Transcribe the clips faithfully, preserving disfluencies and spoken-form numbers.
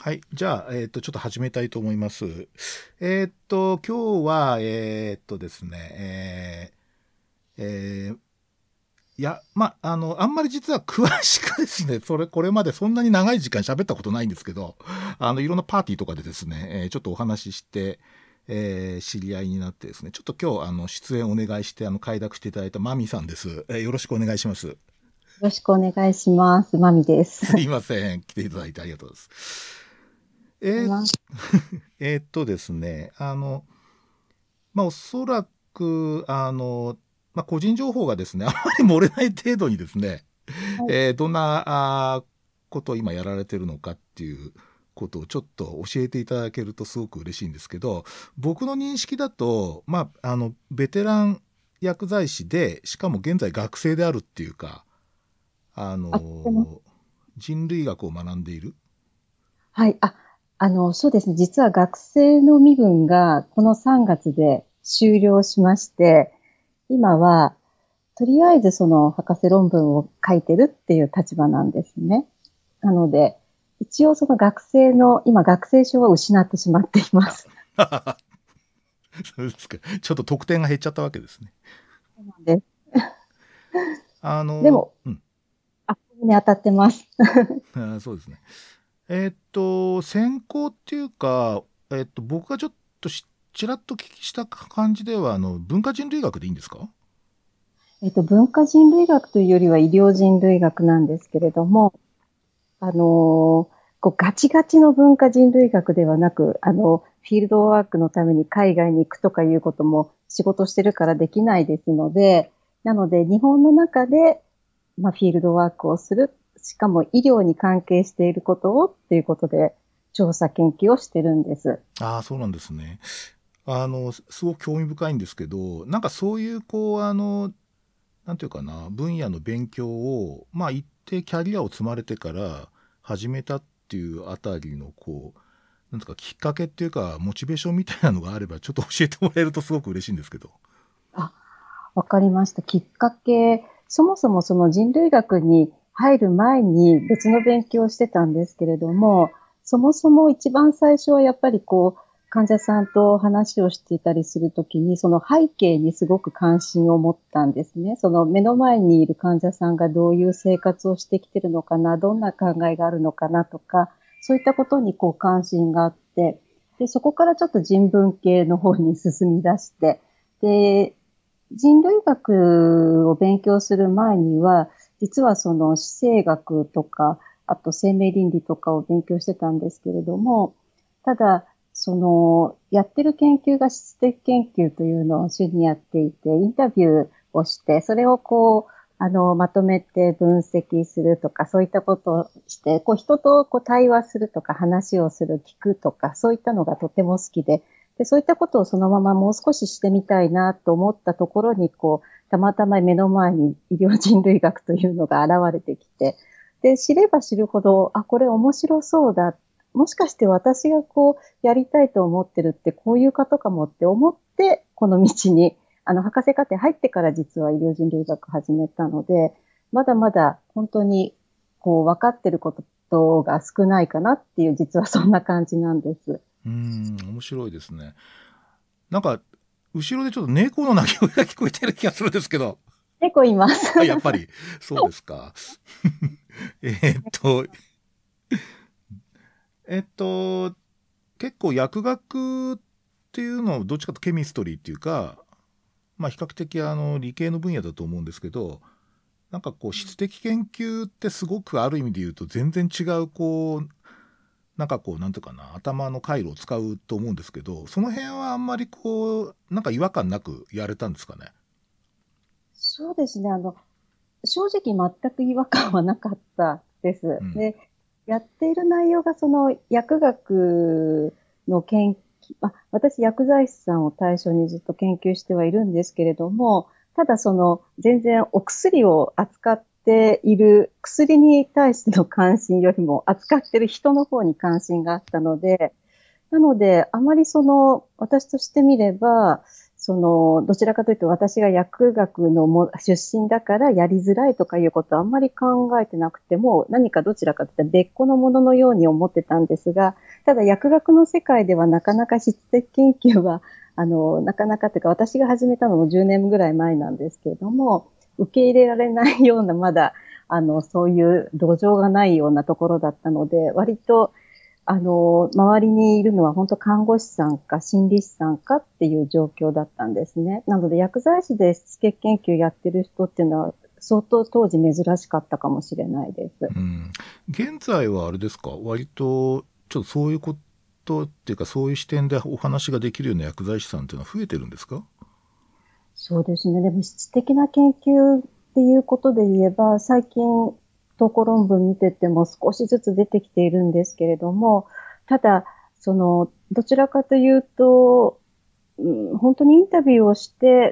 はい。じゃあ、えっと、ちょっと始めたいと思います。えっと、今日は、えっとですね、えー、えーいや、ま、あの、あんまり実は詳しくですね、それ、これまでそんなに長い時間喋ったことないんですけど、あの、いろんなパーティーとかでですね、えーちょっとお話しして、えー知り合いになってですね、ちょっと今日、あの、出演お願いして、あの、快諾していただいたマミさんです。えーよろしくお願いします。 よろしくお願いします。マミです。 すいません。来ていただいてありがとうございます。えーえーっとですね、あの、まあ、おそらく、あの、まあ、個人情報がですね、あまり漏れない程度にですね、 はい。 えーどんなあーことを今やられてるのかっていうことをちょっと教えていただけるとすごく嬉しいんですけど、僕の認識だと、まあ、あの、ベテラン薬剤師で、しかも現在学生であるっていうか、ああ、でも、 の、人類学を学んでいる。 はい。あ、あの、そうですね。実は学生の身分がこのさんがつで終了しまして、今は、とりあえずその博士論文を書いてるっていう立場なんですね。なので、一応その学生の、今学生証は失ってしまっています。 そうですか。ちょっと得点が減っちゃったわけですね。 そうなんです。 あの、 でも、 うん。 あ、に当たってます。 あーそうですね。えーっと、専攻っていうか、えーっと、僕がちょっとしちらっと聞きした感じでは、あの、文化人類学でいいんですか？ えっと、文化人類学というよりは医療人類学なんですけれども、あの、こうガチガチの文化人類学ではなく、あの、フィールドワークのために海外に行くとかいうことも仕事してるからできないですので、なので日本の中で、まあ、フィールドワークをする、しかも医療に関係していることをっていうことで調査研究をしてるんです。 ああ、そうなんですね。あの、すすごく興味深いんですけど、なんかそういう、こう、あの、なんていうかな、分野の勉強を、まあ、一定キャリアを積まれてから始めたっていうあたりの、こう、なんですか、きっかけっていうか、モチベーションみたいなのがあれば、ちょっと教えてもらえるとすごく嬉しいんですけど。 あ、わかりました。きっかけ、そもそもその人類学に入る前に別の勉強をしてたんですけれども、そもそも一番最初はやっぱりこう、患者さんと話をしていたりするときに、その背景にすごく関心を持ったんですね。その目の前にいる患者さんがどういう生活をしてきてるのかな、どんな考えがあるのかなとか、そういったことにこう関心があって、で、そこからちょっと人文系の方に進み出して、で、人類学を勉強する前には、実はその死生学とか、あと生命倫理とかを勉強してたんですけれども、ただ、その、やってる研究が質的研究というのを主にやっていて、インタビューをして、それをこう、あの、まとめて分析するとか、そういったことをして、こう、人とこう対話するとか、話をする、聞くとか、そういったのがとても好きで、で、そういったことをそのままもう少ししてみたいなと思ったところに、こう、たまたま目の前に医療人類学というのが現れてきて、で、知れば知るほど、あ、これ面白そうだ。もしかして私がこう、やりたいと思ってるってこういうことかもって思って、この道に、あの、博士課程入ってから実は医療人類学始めたので、まだまだ本当に、こう、分かってることが少ないかなっていう、実はそんな感じなんです。 うーん、面白いですね。なんか、後ろでちょっと猫の鳴き声が聞こえてる気がするんですけど。 猫います。 あ、やっぱり、そうですか。えーっと、えっと、結構薬学っていうのはどっちかというとケミストリーっていうか、まあ比較的あの理系の分野だと思うんですけど、なんかこう質的研究ってすごくある意味で言うと全然違うこう、なんかこうなんていうかな、頭の回路を使うと思うんですけど、その辺はあんまりこう、なんか違和感なくやれたんですかね。 そうですね。あの、正直全く違和感はなかったです。 うん。 で、やっている内容がその薬学の研究、あ、私薬剤師さんを対象にずっと研究してはいるんですけれども、ただその全然お薬を扱っている薬に対しての関心よりも扱っている人の方に関心があったので、なので、あまりその、私としてみれば、 その、どちらかというと私が薬学のも出身だからやりづらいとかいうことはあんまり考えてなくても、何かどちらかというと別個のもののように思ってたんですが、ただ薬学の世界ではなかなか質的研究は、あの、なかなかというか私が始めたのもじゅうねんぐらい前なんですけれども、受け入れられないようなまだ、あの、そういう土壌がないようなところだったので、割と、あの、周りにいるのは本当看護師さんか心理師さんかっていう状況だったんですね。なので薬剤師で質血研究やってる人っていうのは相当当時珍しかったかもしれないです。 うん。現在はあれですか、割と、ちょっとそういうことっていうか、そういう視点でお話ができるような薬剤師さんっていうのは増えてるんですか？ そうですね。でも質的な研究っていうことで言えば、最近投稿論文見てても少しずつ出てきているんですけれども、ただ、その、どちらかというと、うん、本当にインタビューをして、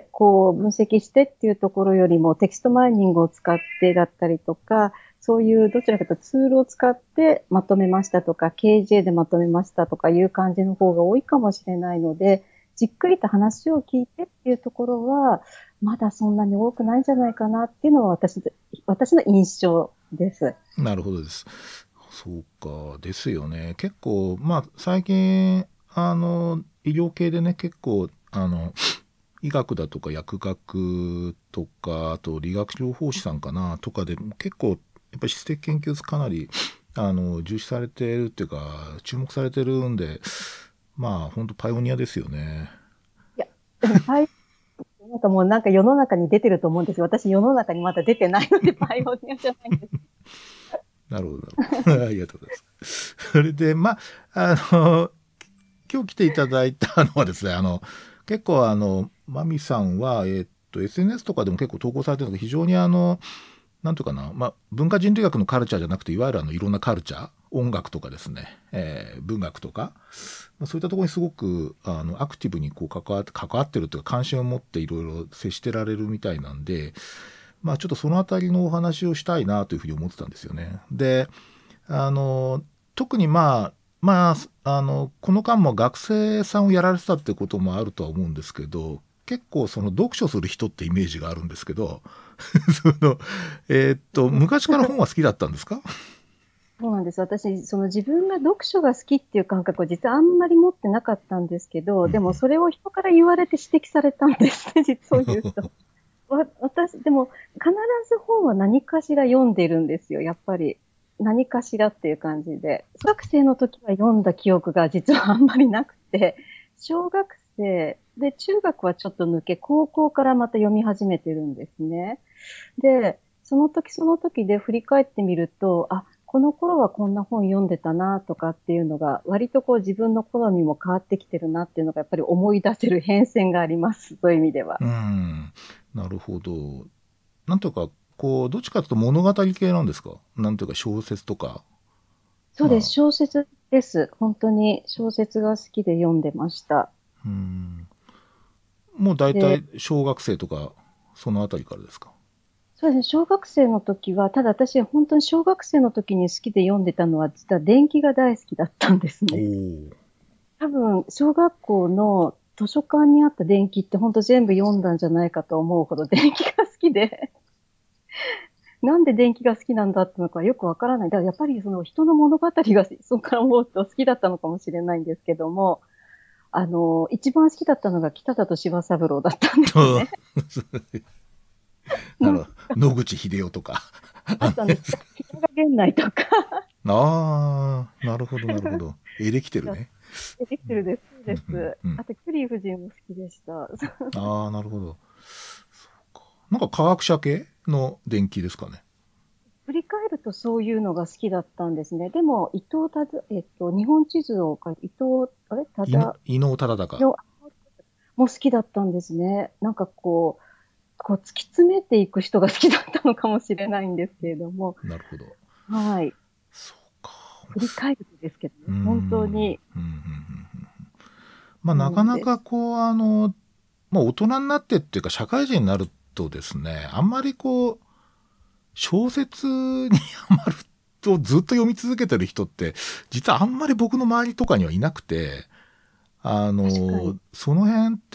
こう、分析してっていうところよりも、テキストマイニングを使ってだったりとか、そういうどちらかというとツールを使ってまとめましたとか、ケージェー でまとめましたとかいう感じの方が多いかもしれないので、じっくりと話を聞いてっていうところは、まだそんなに多くないんじゃないかなっていうのは私、私の印象です。 なるほどです。そうか、ですよね。結構、まあ、最近、あの、医療系でね、結構、あの、医学だとか薬学とか、あと理学療法士さんかな、とかで結構、やっぱり質的研究かなり、あの、重視されてるっていうか、注目されてるんで、まあ、本当パイオニアですよね。 いや、でもパイなんかもうなんか世の中に出てると思うんですよ。私世の中にまだ出てないのでパイオニアじゃないんです。 なるほど、なるほど。ありがとうございます。それで、まあ、あの、今日来ていただいたのはですね、あの、結構あの、マミさんは、えーっと、エスエヌエス とかでも結構投稿されてるんですけど、非常にあの、なんていうかな、まあ、文化人類学のカルチャーじゃなくて、いわゆるあの、いろんなカルチャー、音楽とかですね、えー文学とか、まあそういったところにすごく、あの、アクティブにこう関わって、関わってるというか、関心を持っていろいろ接してられるみたいなんで、まあ、ちょっとそのあたりのお話をしたいなというふうに思ってたんですよね。で、あの、特にまあ、まあ、あの、この間も学生さんをやられてたってこともあるとは思うんですけど、結構その読書する人ってイメージがあるんですけど、その、えーっと、昔から本は好きだったんですか？ そうなんです。私、その自分が読書が好きっていう感覚を実はあんまり持ってなかったんですけど、でもそれを人から言われて指摘されたんですね、実を言うと。わ私、でも必ず本は何かしら読んでるんですよ、やっぱり。何かしらっていう感じで。小学生の時は読んだ記憶が実はあんまりなくて、小学生で中学はちょっと抜け、高校からまた読み始めてるんですね。で、その時その時で振り返ってみると、あ、この頃はこんな本読んでたなとかっていうのが、割とこう自分の好みも変わってきてるなっていうのがやっぱり思い出せる変遷があります。そういう意味では。 うん。なるほど。なんというか、こう、どっちかというと物語系なんですか？なんというか小説とか。 そうです。 まあ、 小説です。本当に小説が好きで読んでました。 うん。もう大で、 体小学生とか、そのあたりからですか？ そうですね。小学生の時は、ただ私本当に小学生の時に好きで読んでたのは、実は電気が大好きだったんですおね。 お。 多分、小学校の図書館にあった電気って本当全部読んだんじゃないかと思うほど電気が好きで、なんで電気が好きなんだってのかよくわからない。だからやっぱりその人の物語がそこから思うと好きだったのかもしれないんですけども、あの、一番好きだったのが北里柴三郎だったんですね。 なるほど。野口英世とか。 あったんです。北川源内とか。 ああ、なるほど、なるほど。エレキテルね。 できてるです。そううんうんです。 うん、 あと、キュリー夫人も好きでした。 ああ、なるほど。そうか。なんか科学者系の電気ですかね。 振り返るとそういうのが好きだったんですね。でも、伊藤忠、えっと、日本地図を書いて、伊藤、あれ伊能忠、 伊能忠敬。 の、も好きだったんですね。なんかこう、こう突き詰めていく人が好きだったのかもしれないんですけれども、 なるほど。 はい。 そうか。 振り返るとですけどうーね、本当ん。 に、 うんうんうんうん、まあ、なかなそうなんです。 かこう、あの、まあ、大人になってっていうか、社会人になるとですね、あんまりこう、小説にハマるとずっと読み続けてる人って、実はあんまり僕の周りとかにはいなくて、あ確かに。 の、その辺ってやっ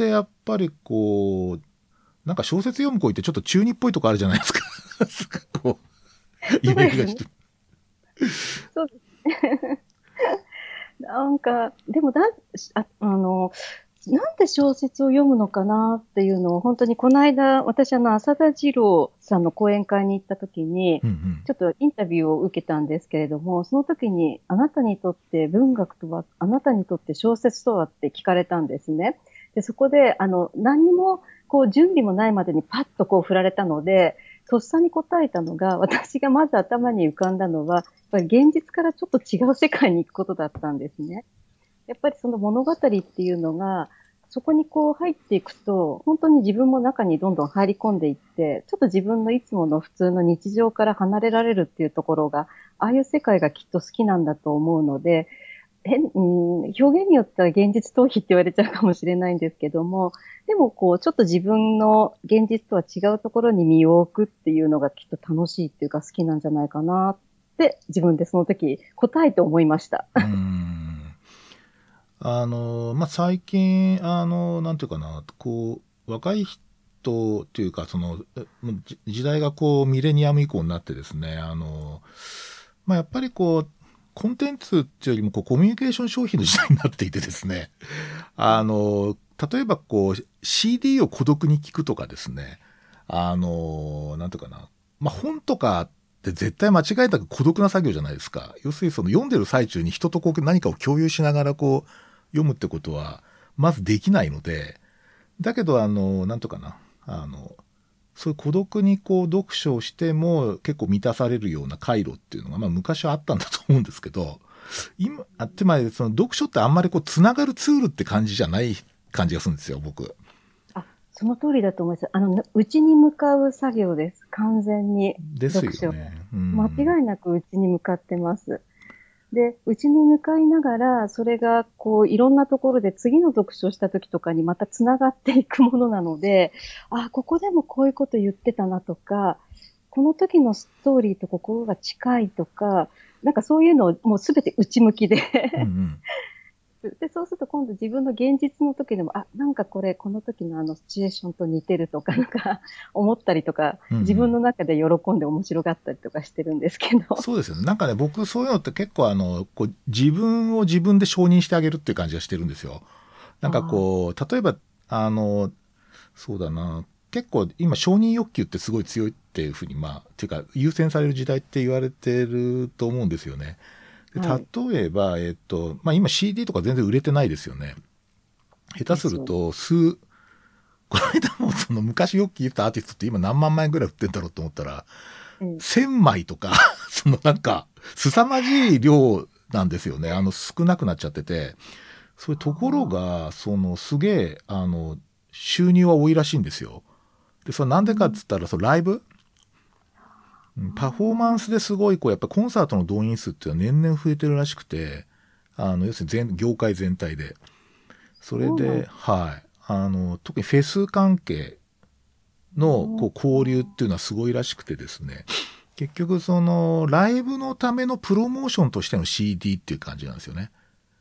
ぱりこう、なんか小説読む子ってちょっと中二っぽいとこあるじゃないですか。こう、イメージがちょっと。 そうですね。なんか、でもだ、あ、あの、なんで小説を読むのかなっていうのを本当にこの間、私あの、浅田次郎さんの講演会に行った時に、 うんうん、 ちょっとインタビューを受けたんですけれども、その時にあなたにとって文学とは、あなたにとって小説とはって聞かれたんですね。で、そこで、あの、何もこう準備もないまでにパッとこう振られたので、とっさに答えたのが、私がまず頭に浮かんだのは、やっぱり現実からちょっと違う世界に行くことだったんですね。やっぱりその物語っていうのが、そこにこう入っていくと、本当に自分も中にどんどん入り込んでいって、ちょっと自分のいつもの普通の日常から離れられるっていうところが、ああいう世界がきっと好きなんだと思うので、変、うん、表現によっては現実逃避って言われちゃうかもしれないんですけども、でもこう、ちょっと自分の現実とは違うところに身を置くっていうのがきっと楽しいっていうか好きなんじゃないかなって自分でその時答えて思いました。 うーんあの、まあ、最近、あの、なんていうかな、こう、若い人っていうか、その、じ時代がこう、ミレニアム以降になってですね、あの、まあ、やっぱりこう、コンテンツっていうよりも、こう、コミュニケーション消費の時代になっていてですね、あの、例えばこう、シーディー を孤独に聞くとかですね、あの、なんていうかな、まあ、本とかって絶対間違えたく孤独な作業じゃないですか。要するにその読んでる最中に人とこう何かを共有しながらこう、読むってことは、まずできないので、だけど、あの、なんとかな、あの、そういう孤独にこう読書をしても結構満たされるような回路っていうのが、まあ昔はあったんだと思うんですけど、今、あってまでその読書ってあんまりこう繋がるツールって感じじゃない感じがするんですよ、僕。 あ、その通りだと思います。あの、内に向かう作業です。完全に。 です読書。 よね。う間ん。 違いなく内に向かってます。で、内に向かいながら、それが、こう、いろんなところで次の読書をした時とかにまた繋がっていくものなので、あ、ここでもこういうこと言ってたなとか、この時のストーリーと心が近いとか、なんかそういうのをもうすべて内向きでうんうん。 で、そうすると今度自分の現実の時でも、あ、なんかこれ、この時のあのシチュエーションと似てるとか、なんか思ったりとか、 うんうん。 自分の中で喜んで面白がったりとかしてるんですけど。 そうですよね。なんかね、僕そういうのって結構あの、こう自分を自分で承認してあげるっていう感じがしてるんですよ。なんかあこう、例えば、あの、そうだな、結構今承認欲求ってすごい強いっていうふうに、まあ、っていうか優先される時代って言われてると思うんですよね。であ、はい。 例えば、えっと、まあ今 シーディー とか全然売れてないですよね。下手するですよね。 と、数、この間もその昔よく聞いてたアーティストって今何万枚ぐらい売ってんだろうと思ったら、 ええ、 せんまいとか、そのなんか、凄まじい量なんですよね。あの、少なくなっちゃってて。そういうところあが、その、すげえ、あの、収入は多いらしいんですよ。で、それなんでかっーうん、 つったら、そのライブうんパフォーマンスですごい、こう、やっぱコンサートの動員数っていうのは年々増えてるらしくて、あの、要するに全、業界全体で。それそうなんで、はい。あの、特にフェス関係の、こう、交流っていうのはすごいらしくてですね。結局、その、ライブのためのプロモーションとしての シーディー っていう感じなんですよね。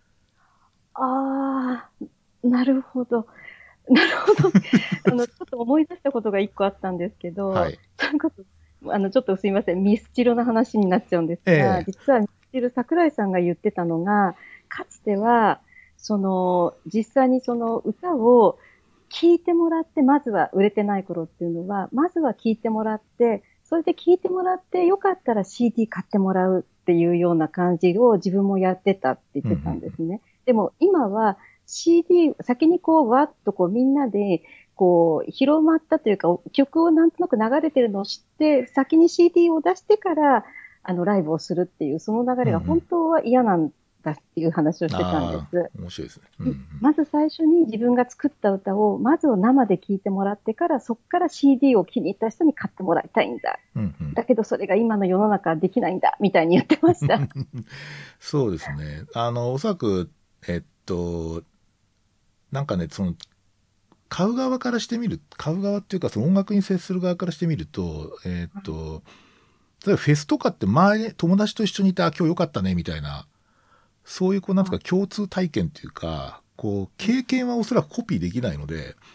あー、なるほど。なるほど。あの、ちょっと思い出したことが一個あったんですけど、 はい。 それこそ、あの、ちょっとすいません、ミスチルの話になっちゃうんですが、 ええ実はミスチル桜井さんが言ってたのが、かつては、その、実際にその歌を聴いてもらって、まずは売れてない頃っていうのは、まずは聴いてもらって、それで聴いてもらって、よかったら シーディー 買ってもらうっていうような感じを自分もやってたって言ってたんうんうんですね。でも今は シーディー、先にこう、わっとこうみんなで、こう、広まったというか、曲をなんとなく流れてるのを知って、先に シーディー を出してから、あの、ライブをするっていう、その流れが本うんうん。 当は嫌なんだっていう話をしてたんでああ、 す。 面白いですね。うんうん。 まず最初に自分が作った歌を、まずは生で聴いてもらってから、そこから シーディー を気に入った人に買ってもらいたいんだ。 うんうん。 だけどそれが今の世の中はできないんだ、みたいに言ってました。 そうですね。あの、おそらく、えっと、なんかね、その、買う側からしてみる、買う側っていうか、その音楽に接する側からしてみると、えっと、例えばフェスとかって前、友達と一緒にいて、あ、今日良かったね、みたいな、そういう、こう、なんつうか、共通体験っていうか、こう、経験はおそらくコピーできないので、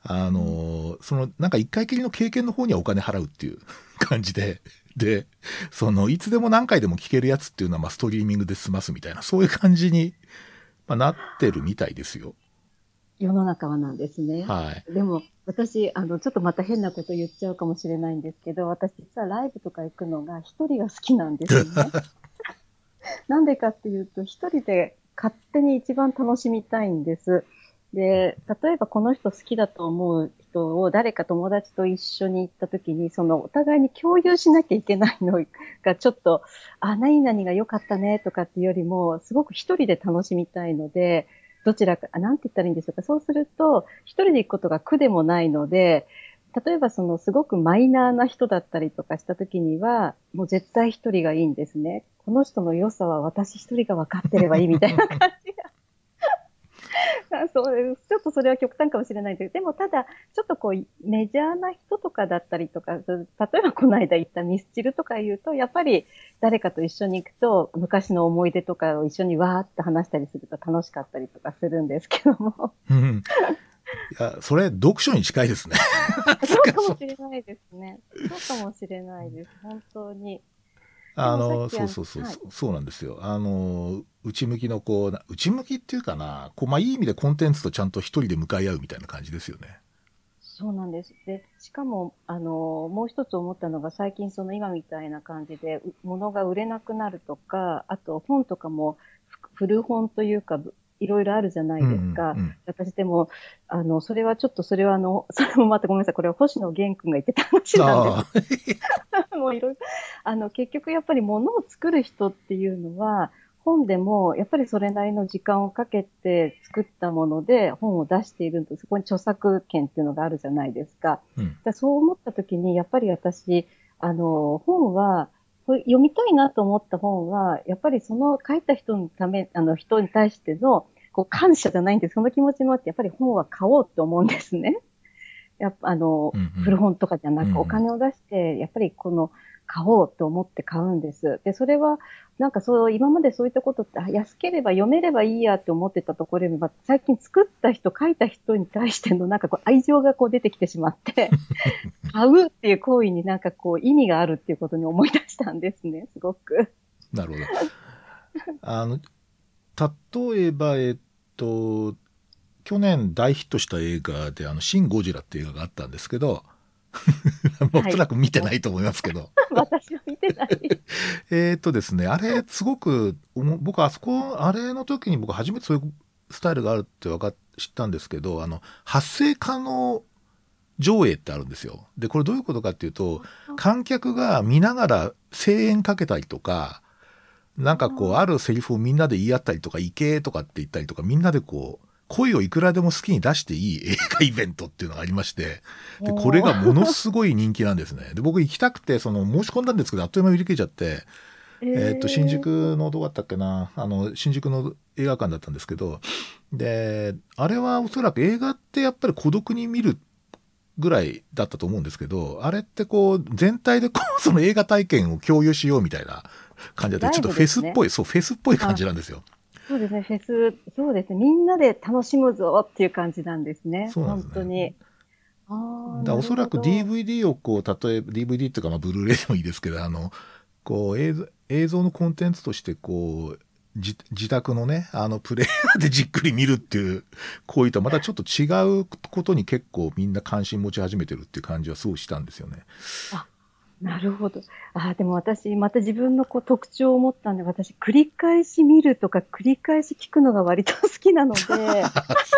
あうん。 の、その、なんか一回きりの経験の方にはお金払うっていう感じで、で、その、いつでも何回でも聞けるやつっていうのは、まあ、ストリーミングで済ますみたいな、そういう感じに、まあ、なってるみたいですよ。 世の中はなんですね。 はい。 でも、私、あの、ちょっとまた変なこと言っちゃうかもしれないんですけど、私実はライブとか行くのが一人が好きなんですね。なんでかっていうと、一人で勝手に一番楽しみたいんです。で、例えばこの人好きだと思う人を誰か友達と一緒に行った時に、そのお互いに共有しなきゃいけないのがちょっと、あ、何々が良かったねとかっていうよりも、すごく一人で楽しみたいので、どちらか、あ、なんて言ったらいいんでしょうか。そうすると、一人で行くことが苦でもないので、例えばそのすごくマイナーな人だったりとかした時には、もう絶対一人がいいんですね。この人の良さは私一人が分かってればいいみたいな感じが。そうです。ちょっとそれは極端かもしれないけど、でもただ、ちょっとこう、メジャーな人とかだったりとか、例えばこの間言ったミスチルとか言うと、やっぱり誰かと一緒に行くと、昔の思い出とかを一緒にわーっと話したりすると楽しかったりとかするんですけども。 うん。いや、それ、読書に近いですね。なんつそううか、そう。 かもしれないですね。そうかもしれないです。本当に。であの、 もさっきあの、 そうそうそう、 はい。 そうそうなんですよ。あの、内向きのこう、な内向きっていうかな、こう、まあ、いい意味でコンテンツとちゃんと一人で向かい合うみたいな感じですよね。 そうなんです。で、しかも、あの、もう一つ思ったのが、最近その今みたいな感じで、う物が売れなくなるとか、あと本とかもふ古本というか、ぶいろいろあるじゃなういですか。 んうん私でも、あの、それはちょっと、それはあの、それもまたごめんなさい。これは星野源くんが言ってたうん。 話なんです。 ああ、 もういろいろ、あの、結局やっぱり物を作る人っていうのは、本でもやっぱりそれなりの時間をかけて作ったもので本を出していると、そこに著作権っていうのがあるじゃないですか。 うん。 だそう思った時に、やっぱり私、あの、本は、そう読みたいなと思った本は、やっぱりその書いた人のため、あの人に対してのこう感謝じゃないんです。その気持ちもあって、やっぱり本は買おうと思うんですね。やっぱあの、 うんうん。 古本とかじゃなく、おうんうん。 金を出して、やっぱりこの、買おうと思って買うんです。で、それは、なんかそう、今までそういったことって、あ安ければ読めればいいやって思ってたところに、まあ、最近作った人、書いた人に対してのなんかこう愛情がこう出てきてしまって、買うっていう行為になんかこう意味があるっていうことに思い出したんですね、すごく。 なるほど。あの、例えば、えっと、去年大ヒットした映画で、あの、シン・ゴジラっていう映画があったんですけど、おはい。 そらく見てなもいと思いますけど、 う私は見てない。 えーっとですね、あれ、すごく、おも僕、あそこ、あれの時に僕、初めてそういうスタイルがあるって分かっ知ったんですけど、あの、発声可能上映ってあるんですよ。で、これどういうことかっていうと、観客が見ながら声援かけたりとか、なんかこう、あるセリフをみんなで言い合ったりとか、いけーとかって言ったりとか、みんなでこう、声をいくらでも好きに出していい映画イベントっていうのがありまして、で、これもう、 がものすごい人気なんですね。で、僕行きたくて、その、申し込んだんですけど、あっという間に売り切れちゃって、 ええっと、新ー、 宿のどこだったっけな、あの、新宿の映画館だったんですけど、で、あれはおそらく映画ってやっぱり孤独に見るぐらいだったと思うんですけど、あれってこう、全体でこう、その映画体験を共有しようみたいな感じだって、ちょっとライブですね。 フェスっぽい、そう、フェスっぽい感あ、 じなんですよ。 そうですね、フェス、そうですね、みんなで楽しむぞっていう感じなんですね。本そうなんですね。 当に。ああ、 だおなるそらくほど。 ディーブイディー をこう、例えば ディーブイディー っていうか、まあ、ブルーレイでもいいですけど、あの、こう映像、映像のコンテンツとしてこう、自自宅のね、あのプレイヤーでじっくり見るっていう行為とはまたちょっと違うことに結構みんな関心持ち始めてるっていう感じはすごいしたんですよね。 あ、なるほど。あ、でも私、また自分のこう特徴を持ったんで、私、繰り返し見るとか、繰り返し聞くのが割と好きなので、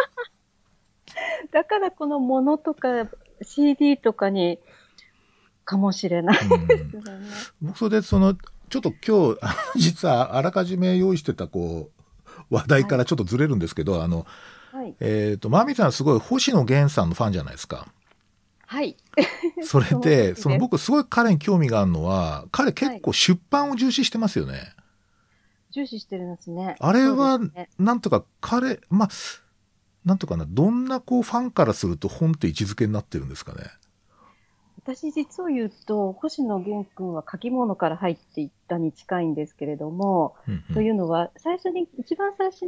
だからこのものとか シーディー とかに、かもしれないうですん。 よね。 僕それでその、ちょっと今日、あの実はあらかじめ用意してたこう、話題はい。 からちょっとずれるんですけど、あの、 はい。 えっ、と、マミさんすごい星野源さんのファンじゃないですか。 はい。 それその通で、 りです。 その僕すごい彼に興味があるのは、彼結はい。 構出版を重視してますよね。 重視してるんですね。そうですあれは、 ね。 なんとか彼、まあ、なんとかな、どんなこうファンからすると本って位置づけになってるんですかね。 私実を言うと、星野源君は書き物から入っていったに近いんですけれども、 うんうん。 というのは、最初に、一番最初に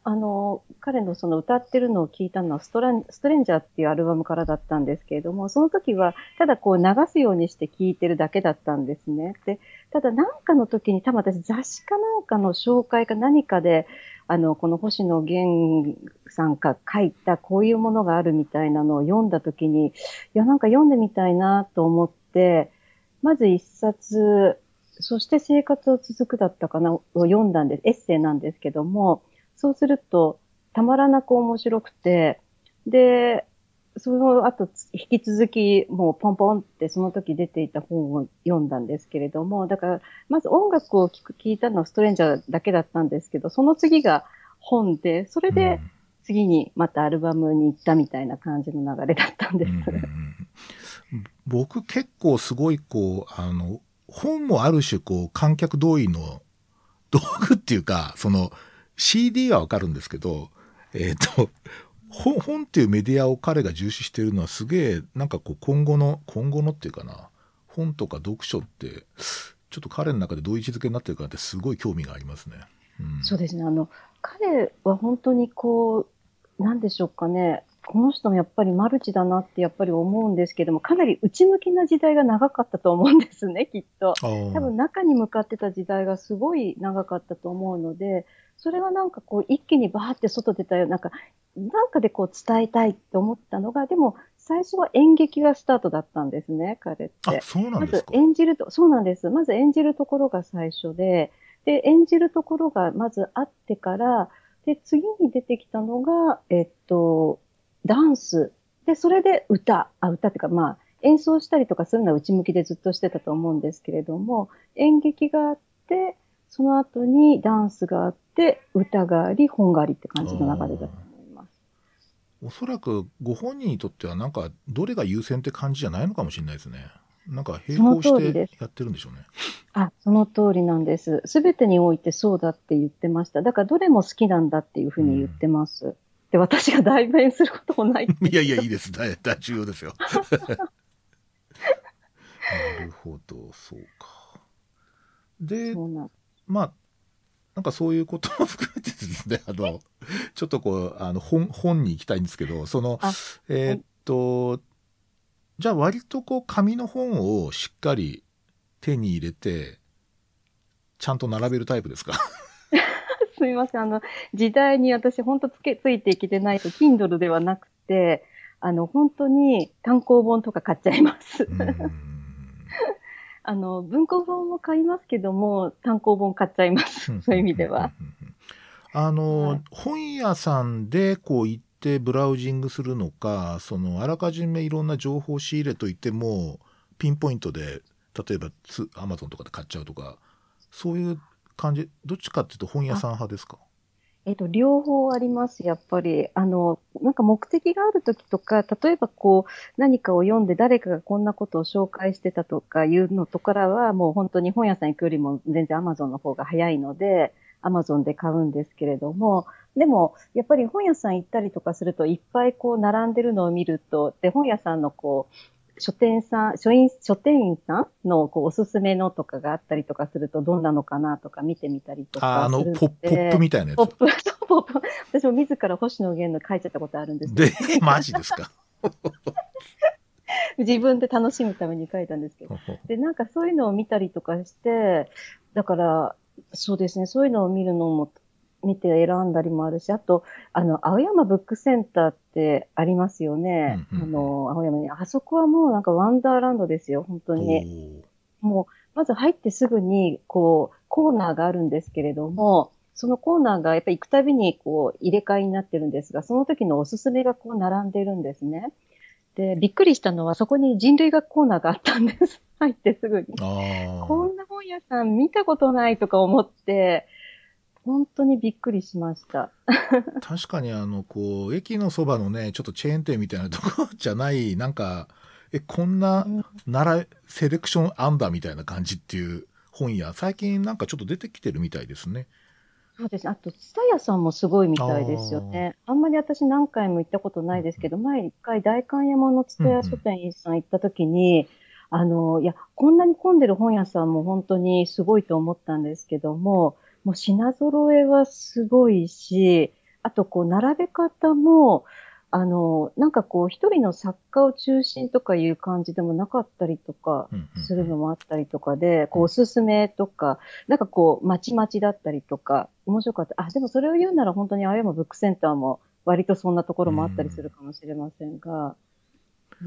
あの、彼のその歌ってるのを聞いたのはストラン、ストレンジャーっていうアルバムからだったんですけれども、その時はただこう流すようにして聞いてるだけだったんですね。で、ただなんかの時に多分私雑誌かなんかの紹介か何かで、あの、この星野源さんが書いたこういうものがあるみたいなのを読んだ時に、いやなんか読んでみたいなと思って、まず一冊、そして生活を続くだったかなを読んだんです。エッセイなんですけども、そうすると、たまらなく面白くて、で、その後、引き続き、もうポンポンってその時出ていた本を読んだんですけれども、だから、まず音楽を聞く、聞いたのはストレンジャーだけだったんですけど、その次が本で、それでうん。 次にまたアルバムに行ったみたいな感じの流れだったんです。 うんうんうん、僕結構すごいこう、あの、本もある種こう観客動員の道具っていうか、その シーディー はわかるんですけど、えっ、と、本、本っていうメディアを彼が重視してるのはすげえ、なんかこう今後の、今後のっていうかな、本とか読書って、ちょっと彼の中でどういう位置づけになってるかってすごい興味がありますね。うん。 そうですね。あの、彼は本当にこう、なんでしょうかね。この人もやっぱりマルチだなってやっぱり思うんですけども、かなり内向きな時代が長かったと思うんですね、きっと。 ああ。 多分中に向かってた時代がすごい長かったと思うので、それがなんかこう一気にバーって外出たよ、なんか、なんかでこう伝えたいって思ったのが、でも最初は演劇がスタートだったんですね、彼っあ、 て。 そうなんまずですか。 演じると、そうなんです。まず演じるところが最初で、で、演じるところがまずあってから、で、次に出てきたのが、えっと、ダンス。で、それで歌。あ、歌っていうか、まあ、演奏したりとかするのは内向きでずっとしてたと思うんですけれども、演劇があって、その後にダンスがあって、歌があり、本がありって感あじの流れだとあ。 思います。 おそらくご本人にとってはなんかどれが優先って感じじゃないのかもしれないですね。なんか並その行して通りです。 やってるんでしょうね。 あ、その通りなんです。すべてにおいてそうだって言ってました。だからどれも好きなんだっていうふうに言っうん。 てます。で、私が代弁することもないんいやいや、 ですけど。 いいです。大、大重要ですよ。なるほど、そうか。で、 そうなん。 まあ、なんかそういうことも含めてですね、あの、ちょっとこう、あの、本、本に行きたいんですけど、その、 あ、はえーっい。 と、じゃあ割とこう、紙の本をしっかり手に入れて、ちゃんと並べるタイプですか？ すみません。あの、時代に私本当つけ、ついていけてないと、Kindle ではなくて、あの、本当に単行本とか買っちゃいます。 うーん。 あの、文庫本も買いますけども、単行本買っちゃいます。 ふんそういうふんふん意味では。 ふんふんふん。あの、 はい。 本屋さんでこう行ってブラウジングするのか、そのあらかじめいろんな情報を仕入れといても、ピンポイントで、例えばツアマゾンとかで買っちゃうとか、そういう感じ、どっちかっていうと本屋あ、 さん派ですか？ えっと、両方あります、やっぱり。あの、なんか目的があるときとか、例えばこう、何かを読んで誰かがこんなことを紹介してたとかいうのとからは、もう本当に本屋さん行くよりも全然 Amazon の方が早いので、Amazon で買うんですけれども、でも、やっぱり本屋さん行ったりとかすると、いっぱいこう、並んでるのを見ると、で、本屋さんのこう、書店さん、書院、書店員さんのこうおすすめのとかがあったりとかするとどんなのかなとか見てみたりとあ、あの、 かするのポ、ポップで、 みたいなやつ。 ポップ、そうポップ、私も自ら星野源の書いちゃったことあるんですけど、 で、マジですか？ 自分で楽しむために書いたんですけど。で、なんかそういうのを見たりとかして、だから、そうですね、そういうのを見るのも、見て選んだりもあるし、あと、あの、青山ブックセンターってありますよね。 うんうんあの、青山に。あそこはもうなんかワンダーランドですよ、本当うん。 に。 おー。 もう、まず入ってすぐに、こう、コーナーがあるんですけれども、そのコーナーがやっぱり行くたびにこう入れ替えになってるんですが、その時のおすすめがこう並んでるんですね。で、びっくりしたのはそこに人類学コーナーがあったんです。入ってすぐに。 ああ。 こんな本屋さん見たことないとか思って、本当にびっくりしました。 確かにあの、こう、駅のそばのね、ちょっとチェーン店みたいなところじゃない、なんか、え、こんな、 うん、 なら、セレクションあんだみたいな感じっていう本屋、最近なんかちょっと出てきてるみたいですね。 そうですね。あと、ツタヤさんもすごいみああ。 たいですようんね。あんまり私何回も行ったことないですけど、前一回代官山のツうん。 タヤ書店さん行った時に、あの、いや、こんなに混んでる本屋さんも本当にすごいと思ったんですけども、もう品揃えはすごいし、 あと、こう、並べ方も、あの、なんかこう、一人の作家を中心とかいう感じでもなかったりとかうんうんするうんのもあったりとかで、こう、 うんおすすめとか、なんかこう、まちまちだったりとか、面白かった。あ、でもそれを言うなら本当に青山ブックセンターも割とそんなとこうろもあったりすん。 るかもしれませんが、うん、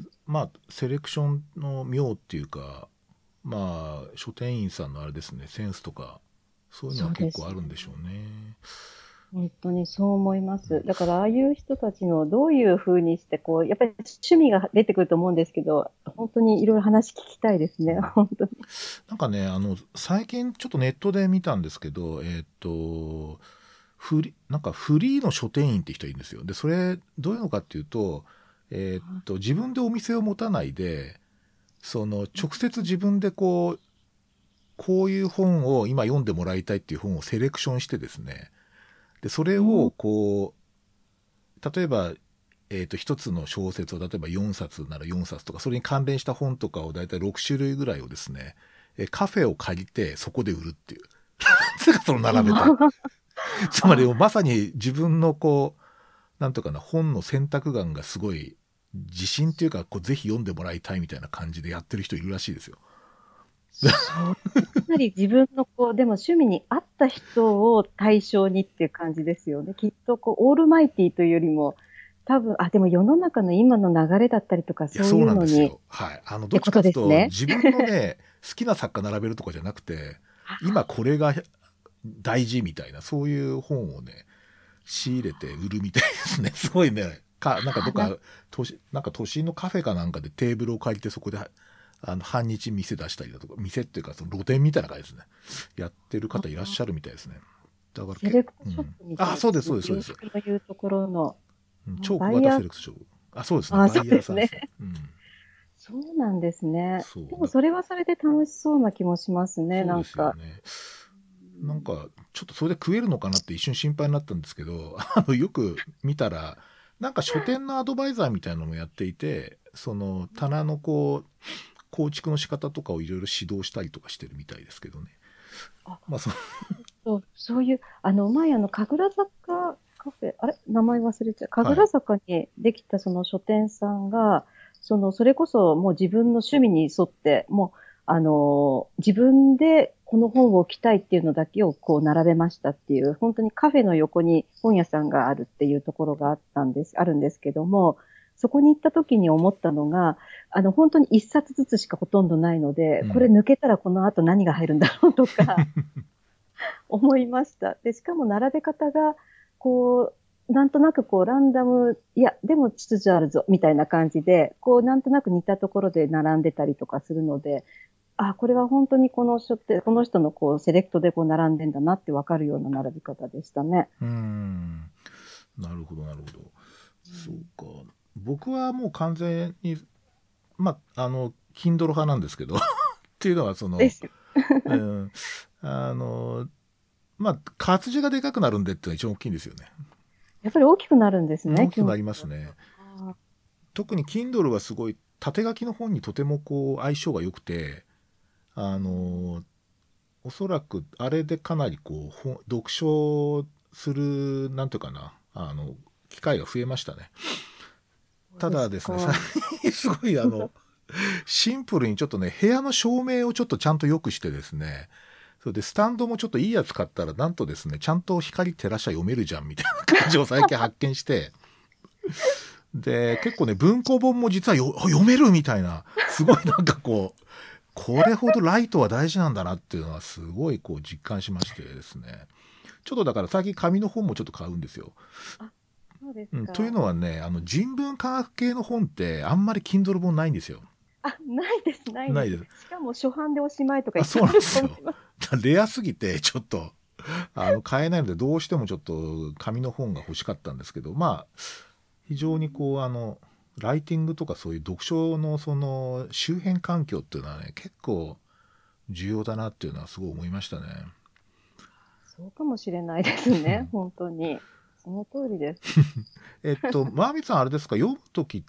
まあセレクションの妙っていうか、まあ書店員さんのあれですね、センスとかそういうのはそうですね。 結構あるんでしょうね。 本当にそう思いまうん、 す。だから、ああいう人たちのどういうふうにして、こう、やっぱり趣味が出てくると思うんですけど、本当にいろいろ話聞きたいですね。 うん、 本当に。 なんかね、あの最近ちょっとネットで見たんですけど、えーっとフリなんかフリーの書店員って人いるんですよ。でそれどういうのかっていうと、えーっと自分でお店を持たないで、その直接自分でこうこういう本を今読んでもらいたいっていう本をセレクションしてですね、でそれうん、 をこう例えば、えー、と一つの小説を例えばよんさつならよんさつとか、それに関連した本とかをだいたいろく種類ぐらいをですね、えカフェを借りてそこで売るっていうそれがその並べてつまりあ、 まさに自分のこうなんとかな本の選択眼がすごい自信っていうか、こうぜひ読んでもらいたいみたいな感じでやってる人いるらしいですよ。 そう。かなり自分のこう、でも趣味に合った人を対象にっていう感じですよね。きっとこう、オールマイティというよりも、多分、あ、でも世の中の今の流れだったりとか、 いや、 そうそういうのに、っなんですよ。はい。あの、どっちてこかっていうと、 とですね。 自分のね、好きな作家並べるとかじゃなくて、今これが大事みたいな、そういう本をね、仕入れて売るみたいですね。すごいね。か、なんかどっあ、なか、都市、なんか都心のカフェかなんかでテーブルを借りてそこで、あの、半日店出したりだとか、店っていうか、その露店みたいな感じですね。やってる方いらっしゃるみたいですね。だからけ、 セレクトうん。 ショップみたあ、そうです、 いですね。 そうです、そうです。 洋服の言うところの、 うん、超小型バイヤー、 セレクトショップ。あ、そうですね。 あ、 バそうですね。 イヤーさんですね。うん。 そうなんですね。 そうだ。 でもそれはそれで楽しそうな気もしますね、 そうですよなんか。 ね。なんか、ちょっとそれで食えるのかなって一瞬心配になったんですけど、あの、よく見たら、なんか書店のアドバイザーみたいなのもやっていて、その棚のこう、構築の仕方とかをいろいろ指導したりとかしてるみたいですけどね。 あ、 まあ、そそう、そういう、あの、前、あの、神楽坂カフェ、あれ名前忘れちゃう。神はい。 楽坂にできたその書店さんが、その、それこそもう自分の趣味に沿って、もう、あの、自分でこの本を置きたいっていうのだけをこう並べましたっていう、本当にカフェの横に本屋さんがあるっていうところがあったんです、あるんですけども、そこに行った時に思ったのが、あの、本当に一冊ずつしかほとんどないので、これうん。 抜けたらこの後何が入るんだろうとか、思いました。で、しかも並べ方が、こう、なんとなくこう、ランダム、いや、でも秩序あるぞ、みたいな感じで、こう、なんとなく似たところで並んでたりとかするので、あ、これは本当にこの人って、この人のこう、セレクトでこう、並んでんだなってわかるような並び方でしたね。 うーん。なるほど、なるほど。そううん、 か。僕はもう完全に、まあ、あの、Kindle 派なんですけどっていうのは、その、 ですよ。 うん、あの、まあ、活字がでかくなるんでっていうのが一番大きいんですよね。 やっぱり大きくなるんですね、 うん、大きく Kindle なりますは。 ね。 あ特に Kindle はすごい縦書きの本にとてもこう相性が良くて、あの、おそらくあれでかなりこう本読書する、なんていうかな、あの、機会が増えましたね。たそうでだですね、最すか。 近すごいあの、シンプルにちょっとね、部屋の照明をちょっとちゃんと良くしてですね、それでスタンドもちょっといいやつ買ったら、なんとですね、ちゃんと光照らしゃ読めるじゃんみたいな感じを最近発見して、で、結構ね、文庫本も実はよ読めるみたいな、すごいなんかこう、これほどライトは大事なんだなっていうのはすごいこう実感しましてですね。ちょっとだから最近紙の本もちょっと買うんですよ。 あ、そうですうん、というか。 のはね、あの人文科学系の本ってあんまり Kindle 本ないんですよ。 あ、ないです、ないです。 ないです。 しかも初版でおしまいとかいあ、 っぱそうなんいあるですよ。 と思います。 レアすぎてちょっとあの買えないので、どうしてもちょっと紙の本が欲しかったんですけど、まあ非常にこうあのライティングとかそういう読書のその周辺環境っていうのはね、結構重要だなっていうのはすごい思いましたね。 そうかもしれないですね、本当に。その通りです。 えっと、マーミさんあれですか、読むときって、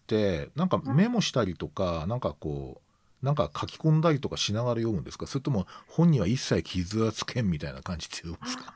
なんかはい。 メモしたりとか、なんかこう、なんか書き込んだりとかしながら読むんですか、それとも本には一切傷はつけんみたいな感じで読むんですか？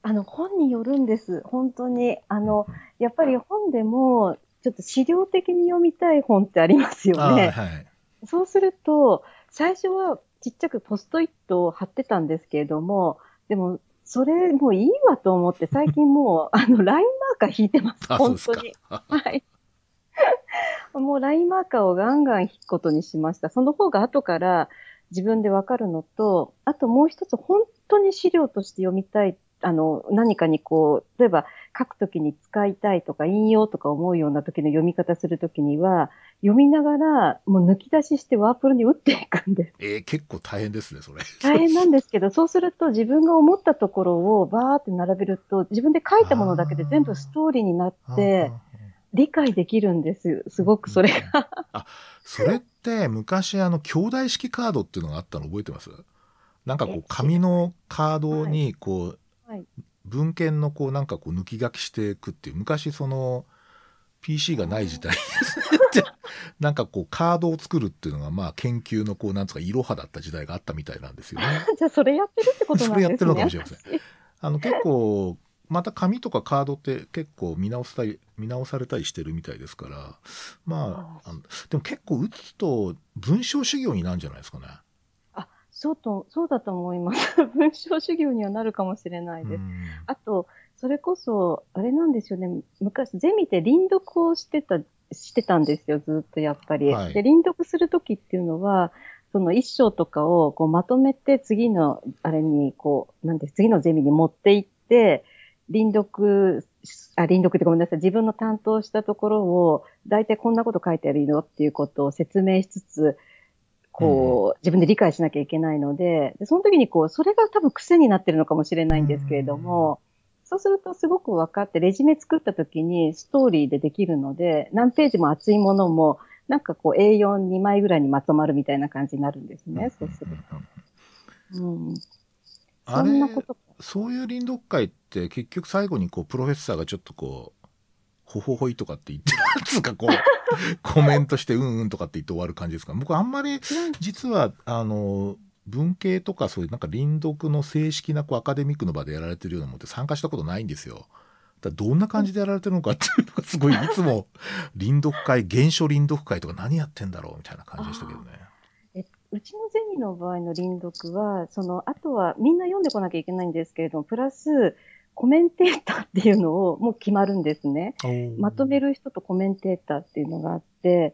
あの、本によるんです。本当に。あの、 うんうん、 やっぱり本でも、ちょっと資料的に読みたい本ってありますよああ、 ね。 はい。 そうすると、最初はちっちゃくポストイットを貼ってたんですけれども、でも、それもういいわと思って、最近もう、あの、ラインマーカー引いてます。 あ、そうですか。 本当に。はい。もうラインマーカーをガンガン引くことにしました。その方が後から自分でわかるのと、あともう一つ本当に資料として読みたい、あの、何かにこう、例えば書くときに使いたいとか引用とか思うような時の読み方するときには、読みながらもう抜き出ししてワープロに打っていくんです。 えー、結構大変ですね、それ。 大変なんですけど、そうすると自分が思ったところをバーって並べると、自分で書いたものだけで全部スあトーリーになっあ、あて、 あ、 理解できるんです。すごくそれうんうん、 が。 あ、それって昔あの兄弟式カードっていうのがあったの覚えてます？なんかこえ、 う知ら紙のカードはい。 にこうはい。 文献のこうなんかこう抜き書きしていくっていう、昔その ピーシー がない時代ってなんかこうカードを作るっていうのがまあ研究のこうなんつうかいろはだった時代があったみたいなんですよね。 じゃあ、それやってるってことそれやってるなんですね、 のかもしれません。 私。 あの結構また紙とかカードって結構見直したり見直されたりしてるみたいですから、まああ、あのでも結構打つと文章修行になるんじゃないですかね。 あ、そうと、そうだと思います。文章修行にはなるかもしれないうです。 ん。 あと、それこそ、あれなんですよね。昔、ゼミで輪読をしてた、してたんですよ、ずっとやっぱり。で、 はい。 輪読するときっていうのは、その一章とかをこうまとめて次の、あれに、こう、なんで、次のゼミに持っていって、輪読、あ、輪読ってごめんなさい。自分の担当したところを、大体こんなこと書いてあるよっていうことを説明しつつ、 うんうんこう、自分で理解しなきゃいけないので、でその時にこう、それが多分癖になってるのかもしれうないんですけれどん。 も、そうするとすごく分かって、レジュメ作った時にストーリーでできるので、何ページも厚いものも、なんかこう エーよんに 枚ぐらいにまとまるみたいな感じになるんですね、 うんうんそうすると。 うん、 うん。そんなこあれ、 と。 そういう臨読会って結局最後にこうプロフェッサーがちょっとこうほほほいとかって言ってなんつうかこうコメントしてうんうんとかって言って終わる感じですか？僕あんまり違う。 実はあの文系とかそういうなんか臨読の正式なこうアカデミックの場でやられてるようなものって参加したことないんですよ。だからどんな感じでやられてるのかっていうのがすごいいつも臨読会原書臨読会とか何やってんだろうみたいな感じでしたけどああ。 ね。 え、うちのゼミの場合の輪読は、その、あとはみんな読んでこなきゃいけないんですけれども、プラス、コメンテーターっていうのをもう決まるんですね。 おー、 まとめる人とコメンテーターっていうのがあって、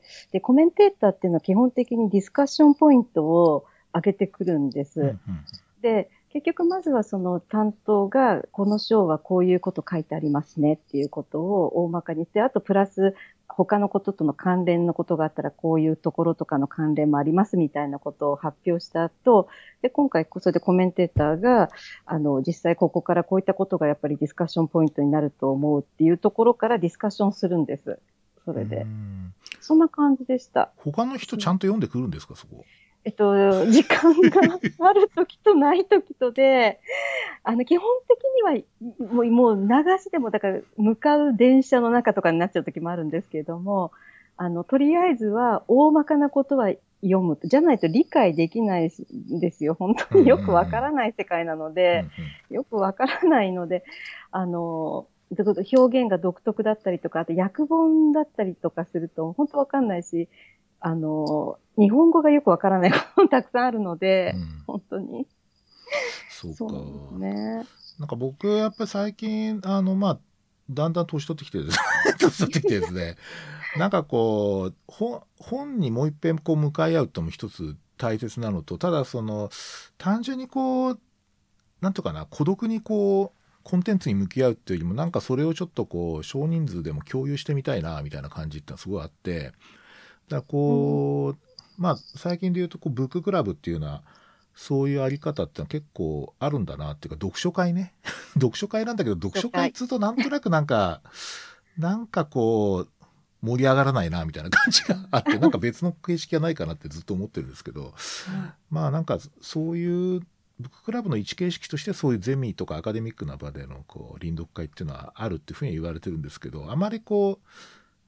で、コメンテーターっていうのは基本的にディスカッションポイントを上げてくるんです。 うんうん、 で、結局まずはその担当が、この章はこういうこと書いてありますねっていうことを大まかにして、あとプラス他のこととの関連のことがあったらこういうところとかの関連もありますみたいなことを発表した後、で、今回それでコメンテーターが、あの、実際ここからこういったことがやっぱりディスカッションポイントになると思うっていうところからディスカッションするんです。そうーれで。 ん、 そんな感じでした。 他の人ちゃんと読んでくるんですかそこ？ えっと、時間がある時とない時とで、あの、基本的には、もう、もう流しでも、だから、向かう電車の中とかになっちゃう時もあるんですけれども、あの、とりあえずは、大まかなことは読む。じゃないと理解できないんですよ。本うんうんう当によくわからんない世界なのうんうで、 ん、 よくわからないので、あの、表現が独特だったりとか、あと訳本だったりとかすると、本当わかんないし、あの、日本語がよくわからないこともたくさんあるので、 うん、 本当に。 そうか。 そうなんですね。 なんか僕やっぱり最近あのまあだんだん年取ってきてですね年取ってきてですね、なんかこう本本にもう一遍こう向かい合うってのも一つ大切なのと、ただその単純にこうなんとかな孤独にこうコンテンツに向き合うっていうよりも、なんかそれをちょっとこう少人数でも共有してみたいなみたいな感じってのはすごいあって、だからうん、 こうまあ最近で言うとこうブッククラブっていうのはそういうあり方ってのは結構あるんだなっていうか、読書会ね読書会なんだけど、読書会っ了解。 つうとなんとなくなんかなんかこう盛り上がらないなみたいな感じがあって、なんか別の形式がないかなってずっと思ってるんですけど、 はいまあなんかそういうブッククラブの一形式としてそういうゼミとかアカデミックな場でのこう臨読会っていうのはあるっていうふうに言われてるんですけど、あまりこう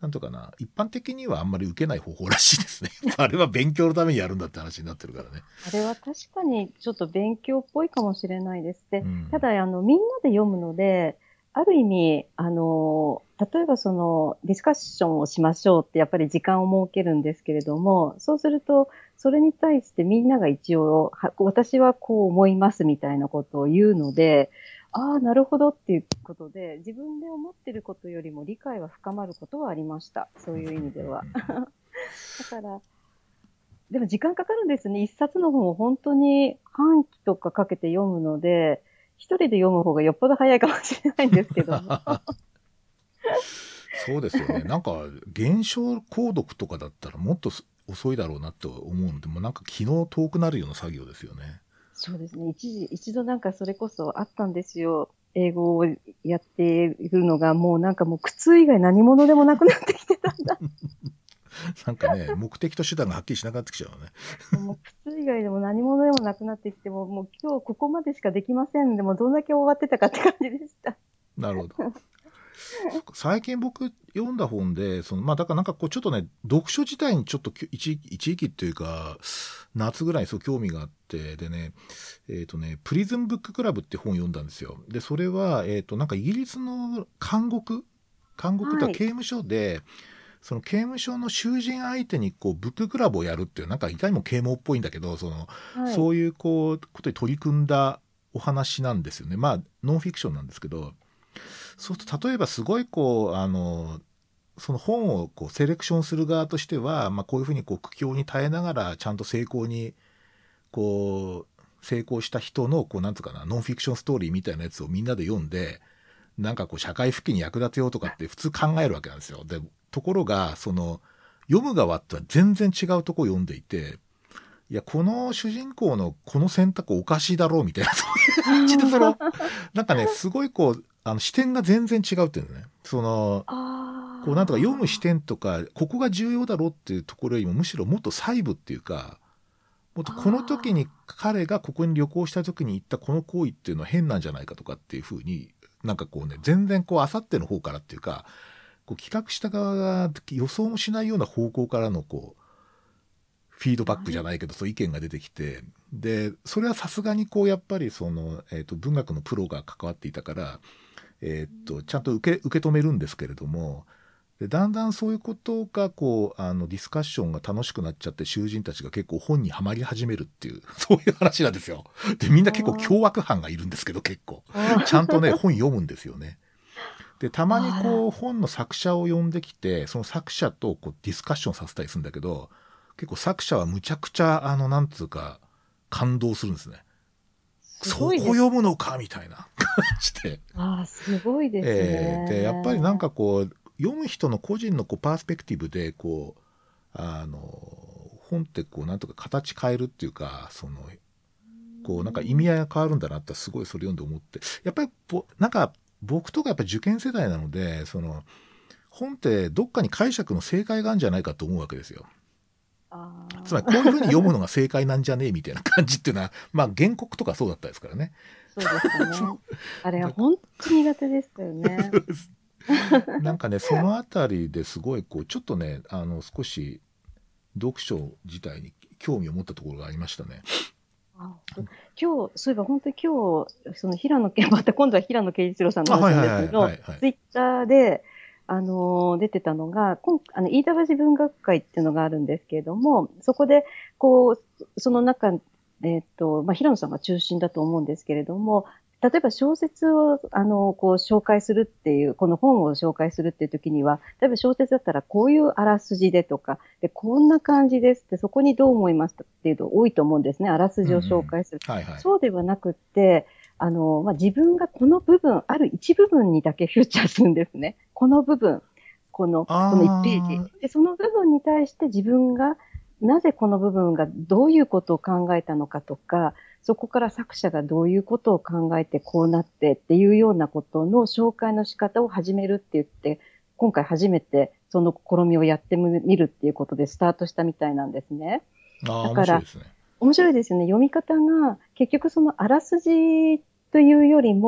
なんとかな、一般的にはあんまり受けない方法らしいですね。あれは勉強のためにやるんだって話になってるからね。 あれは確かにちょっと勉強っぽいかもしれないです。で、 うん、 ただ、あの、みんなで読むので、ある意味、あの、例えばその、ディスカッションをしましょうってやっぱり時間を設けるんですけれども、そうすると、それに対してみんなが一応、は私はこう思いますみたいなことを言うので、ああ、なるほどっていうことで、自分で思ってることよりも理解は深まることはありました。そういう意味では。だから、でも時間かかるんですね。一冊の本を本当に半期とかかけて読むので、一人で読む方がよっぽど早いかもしれないんですけども。 そうですよね。なんか、現象購読とかだったらもっと遅いだろうなと思うんで、もうなんか気の遠くなるような作業ですよね。 そうですね。一時、一度なんかそれこそあったんですよ。英語をやっているのが、もうなんかもう苦痛以外何者でもなくなってきてたんだ。 なんかね、目的と手段がはっきりしなくなってきちゃうのね。 もう苦痛以外でも何者でもなくなってきても、もう今日ここまでしかできません。でもどんだけ終わってたかって感じでした。 なるほど。最近僕読んだ本で、そのまあだからなんかこうちょっとね、読書自体にちょっと一一時期っていうか、夏ぐらいにそう興味があって、でね、えっ、ー、とね、プリズンブッククラブって本を読んだんですよ。で、それは、えっ、ー、となんかイギリスの監獄監獄とははい。 刑務所で、その刑務所の囚人相手にこうブッククラブをやるっていう、なんかいかにも啓蒙っぽいんだけど、その、 はい。 そういうこう、ことに取り組んだお話なんですよね。まあ、ノンフィクションなんですけど、そうすると例えばすごいこう、あの、その本をこうセレクションする側としては、まあ、こういうふうにこう苦境に耐えながらちゃんと成功にこう成功した人のこうなんつうかなノンフィクションストーリーみたいなやつをみんなで読んでなんかこう社会復帰に役立てようとかって普通考えるわけなんですよ。でところがその読む側っては全然違うとこを読んでいて、いやこの主人公のこの選択おかしいだろうみたいなそういう感じでそのなんかねすごいこうあの視点が全然違うっていうのね。そのこうなんとか読む視あ点とかここが重要だろうっていうところよりもむしろもっと細部っていうかもっとあ、 この時にああ、 彼がここに旅行した時に行ったこの行為っていうのは変なんじゃないかとかっていうふうになんかこうね全然こうあさっての方からっていうかこう企画した側が予想もしないような方向からのこうフィードバックじゃなるないけどそう意見が出てきてでそれはさすがにこうやっぱりその、えー、と文学のプロが関わっていたから、えー、とちゃんと受け受け止めるんですけれどもでだんだんそういうことがこうあのディスカッションが楽しくなっちゃって囚人たちが結構本にはまり始めるっていうそういう話なんですよ。でみんな結構ほど。 凶悪犯がいるんですけど結構あちゃんとねあ、 本読むんですよね。でたまにあこう本の作者を呼んできてその作者とこうディスカッションさせたりするんだけど結構作者はむちゃくちゃあのなんつうか感動するんですね。 すそこごいです。 読むのかみたいな感じで。 ああ、すごいですえーでやっぱりなんね。 かこう読む人の個人のこうパースペクティブでこうあの本ってこうなんとか形変えるっていうかそのこうなんか意味合いが変わるんだなってすごいそれ読んで思ってやっぱりぼなんか僕とかやっぱ受験世代なのでその本ってどっかに解釈の正解があるんじゃないかと思うわけですよ。つまりああ、 こういうふうに読むのが正解なんじゃねえみたいな感じっていうのはまあ原告とかそうだったですからね。 そうでしたね。あれはだ本当に苦手でしたよね。 なんかねそのあたりですごいこうちょっとねあの少し読書自体に興味を持ったところがありましたね。 あ、ほんと今日、そういえば本当に今日、その平野けまた今度は平野啓一郎さんのあ、 話なんはいはいはいですけど、 はいはい。 ツイッターで、あのー出てたのが、今あの、飯田橋文学会っていうのがあるんですけれども、そこで、こう、その中、えっと、まあ、平野さんが中心だと思うんですけれども、例えば小説を、あの、こう紹介するっていう、この本を紹介するっていう時には、例えば小説だったらこういうあらすじでとか、で、こんな感じですって、そこにどう思いますかっていうの多いと思うんですね。あらすじを紹うんうん。 介する。 はいはい。 そうではなくって、あの、まあ、自分がこの部分、ある一部分にだけフューチャーするんですね。この部分、この、このいちページ。 あで、その部分に対して自分がなぜこの部分がどういうことを考えたのかとか、そこから作者がどういうことを考えてこうなってっていうようなことの紹介の仕方を始めるって言って、今回初めてその試みをやってみるっていうことでスタートしたみたいなんですね。 ーあーだから、 面白いですね。 面白いですよね。読み方が結局そのあらすじというよりも、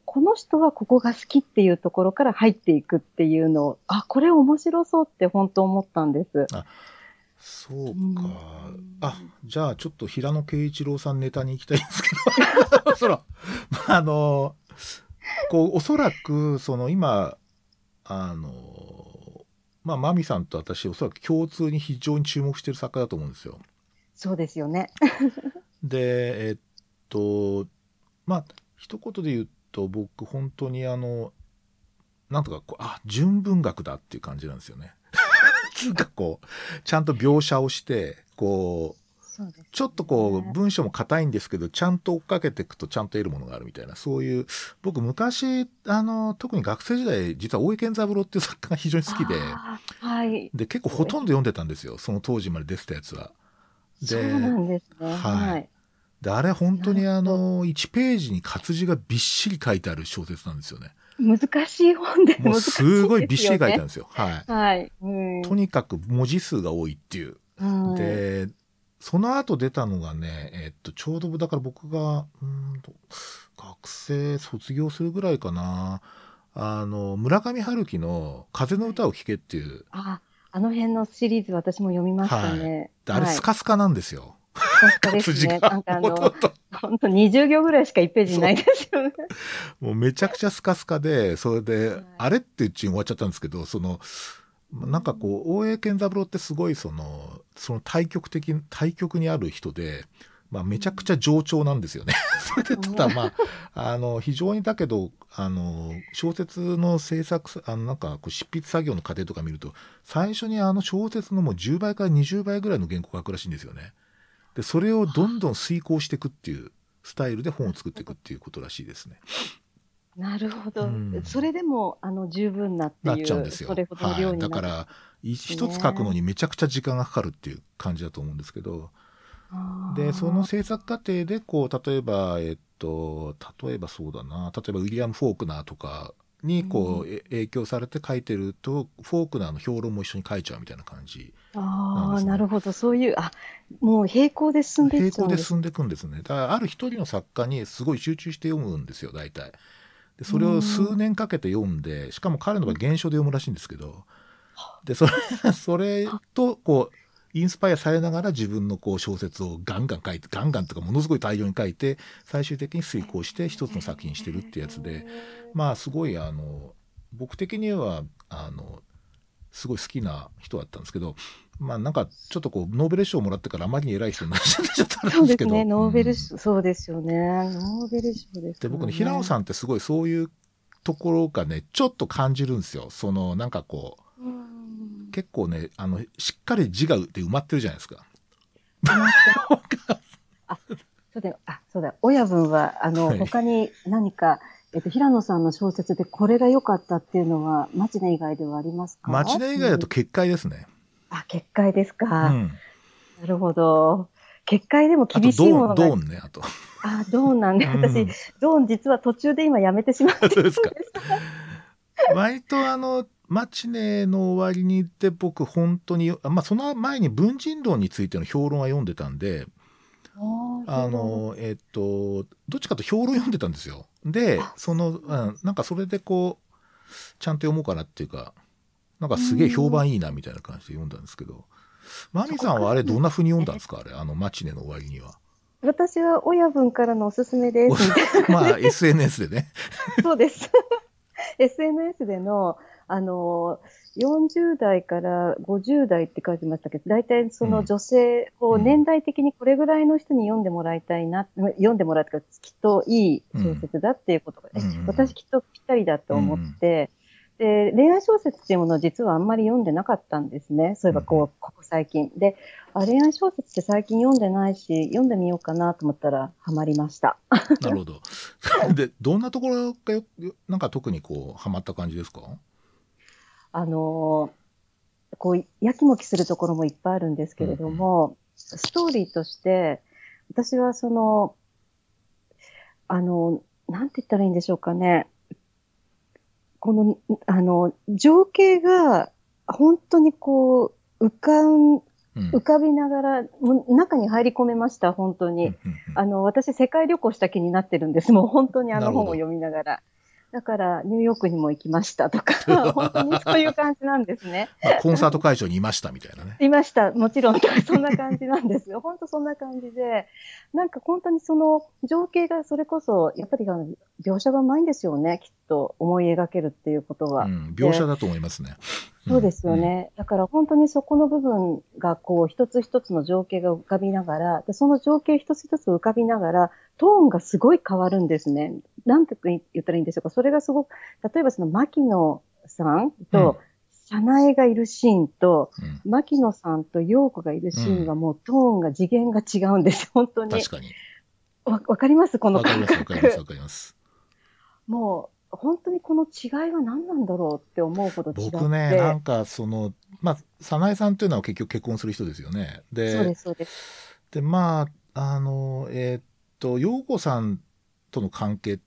この人はここが好きっていうところから入っていくっていうのを、あ、これ面白そうって本当思ったんです。 あ、そうか。 うん、 あ、じゃあちょっと平野啓一郎さんネタに行きたいんですけど、そら、まあ、あの、こう、おそらく、その今、あの、まあ、マミさんと私、おそらく共通に非常に注目している作家だと思うんですよ。 そうですよね。 で、えっと、まあ、一言で言うと、僕、本当にあの、なんとかこう、あ、純文学だっていう感じなんですよね。つうかこう、ちゃんと描写をして、こう、 そうですね。 ちょっとこう、文章も硬いんですけど、ちゃんと追っかけていくとちゃんと得るものがあるみたいな、そういう、僕昔、あの、特に学生時代、実は大江健三郎っていう作家が非常に好きで、 ああ、はい。 で、結構ほとんど読んでたんですよ。その当時まで出てたやつは。 そうなで、 んですね。 はい。 はい。 で、あれ本当なるにあほど。 の、いちページに活字がびっしり書いてある小説なんですよね。 難しい本でもう難しすいでごいびっしりすよね。 書いてあるんですよ。はい。 はい。うん。 とにかく文字数が多いっていう。 はい。 で、その後出たのがね、えっと、ちょうどだから僕が、うーんと、学生卒業するぐらいかな。あの、村上春樹の風のはい。 歌を聴けっていう、 あ、あの辺のシリーズ私も読みましたはい。 ね。 で、あれはい。 スカスカなんですよ。 スカスカですね。な活字が。 んかあの、 ほとんど。 ほんとにじゅう行ぐらいしかいちページそう。 ないですよね。 もうめちゃくちゃスカスカで、それで、 はい。 あれってうちに終わっちゃったんですけど、その、 うなんかこう、 ん。 大江健三郎ってすごいその、その対極的、対極にある人で、まあめちゃくちゃ冗長なんですよね。それでただまあ、あの、非常にだけど、あの、小説の制作、あの、なんかこう執筆作業の過程とか見ると、最初にあの小説のもうじゅうばいからにじゅうばいぐらいの原稿が書くらしいんですよね。で、それをどんどん遂行していくっていうスタイルで本を作っていくっていうことらしいですね。 なるほうど。そん。 れでも、あの、十分なってなっちゃうんいう、 ですよ。 それほどのはい。 量になるんだから、いです一つ書くのね。 にめちゃくちゃ時間がかかるっていう感じだと思うんですけど、で、そのあ制作過程で、こう、例えば、えっと、例えばそうだな、例えばウィリアム・フォークナーとかに、こう、え影響されて書いてると、フォークナーの評論も一緒に書いちゃうみたいな感じなんあ、ああ、 ですね。 なるほど。そういう、あ、もう並行で進んでいっ並ちゃうんです。 行で進んでいくんですね。だからある一人の作家にすごい集中して読むんですよ、大体。で、 うそれをーん。 数年かけて読んで、しかも彼の場合原書で読むらしいんですけど、で、それ、それと、こう、インスパイアされながら自分のこう小説をガンガン書いて、ガンガンとかものすごい大量に書いて、最終的に遂行して一つの作品にしてるってやつで、まあすごいあの、僕的には、あの、すごい好きな人だったんですけど、まあなんかちょっとこう、ノーベル賞もらってからあまりに偉い人になっちゃったんそうですね。 ですけど、うノーベルん。 賞、そうですよね。ノーベル賞ですで、 から僕ね、平野さね。 んってすごいそういうところがね、ちょっと感じるんですよ。その、なんかこう、 うーん。 結構ね、あの、しっかり字がで埋まってるじゃないですか。 埋まってます。あ、そうだよ。あ、そうだ。親分は、あの、 はい。 他に何か、えっと、平野さんの小説でこれが良かったっていうのは、マチネ以外ではありますか？ 町田以ちなみに。 外だと結界ですね。 あ、結界ですか。 うん。 なるほど。結界でもあと、 厳しいドーン、 ものが、 ドーンね、あと。 あ、ドーンなんで、私、 うん。 ドーン実は途中で今やめてしまってそうですか。 るんです。 割とあの、マチネの終わりに行って僕本当に、まあその前に文人論についての評論は読んでたんで、 ああ、 あ評論の。 の、えっと、どっちかというと評論読んでたんですよ。で、 あ、 その、 そうなんうん、 です。 なんかそれでこう、ちゃんと読もうかなっていうか、なんかうーすげえ評ん、 判いいなみたいな感じで読んだんですけど、マミさんそこからはあれどんな風に読んだんでなんですね。 すかあれ、あのマチネの終わりには。 私は親分からのおすすめですみたいな感じ。 まあ エスエヌエス でね。 そうです。エスエヌエス での、あの、よんじゅう代からごじゅう代って書いてましたけど、大体そうん。 の女性をうん。 年代的にこれぐらいの人に読んでもらいたいな、読んでもらうとか、きっといい小うん。 説だっていうことが、 うん。うえ、 ん。 私きっとぴったりだと思っうん。 て、で、恋愛小説っていうものを実はあんまり読んでなかったんですね。そういえうん。うん。 ばこう、ここ最近。で、あ、恋愛小説って最近読んでないし、読んでみようかなと思ったらハマりました。 なるほど。で、どんなところがよ、よなんか特にこう、ハマった感じですか？ あの、こう、やきもきするところもいっぱいあるんですけれうん。 ども、ストーリーとして、私はその、あの、なんて言ったらいいんでしょうかね。この、あの、情景が、本当にこう、浮かん、 うん。うん。 浮かびながら、もう中に入り込めました、本当に。 うん。うん。 あの、私、世界旅行した気になってるんです。もう本当にあの本をなるほど。 読みながら。 だからニューヨークにも行きましたとか、本当にそういう感じなんですね。 まあ、コンサート会場にいましたみたいなね。 いました。もちろん、そんな感じなんですよ。本当そんな感じで、なんか本当にその情景がそれこそ、やっぱり描写がうまいんですよね、きっと思い描けるっていうことは。 うん、描写だと思いますね。 そうですよね。うん、だから本当にそこの部分がこう一つ一つの情景が浮かびながら、でその情景一つ一つ浮かびながら、トーンがすごい変わるんですね。なんて言ったらいいんでしょうか。それがすごく、例えばその牧野さんと、早苗がいるシーンと、うん、牧野さんと陽子がいるシーンはもうトーンが次元が違うんです。本当に。 確かに。 わ、わかりますこの感覚。 わかります、わかります、わかります。 もう、本当にこの違いは何なんだろうって思うほど違って。 僕ね、なんかその、まあ、早苗さんというのは結局結婚する人ですよね。で、 そうです、そうです。 で、まあ、あの、えー、っと、陽子さんとの関係って、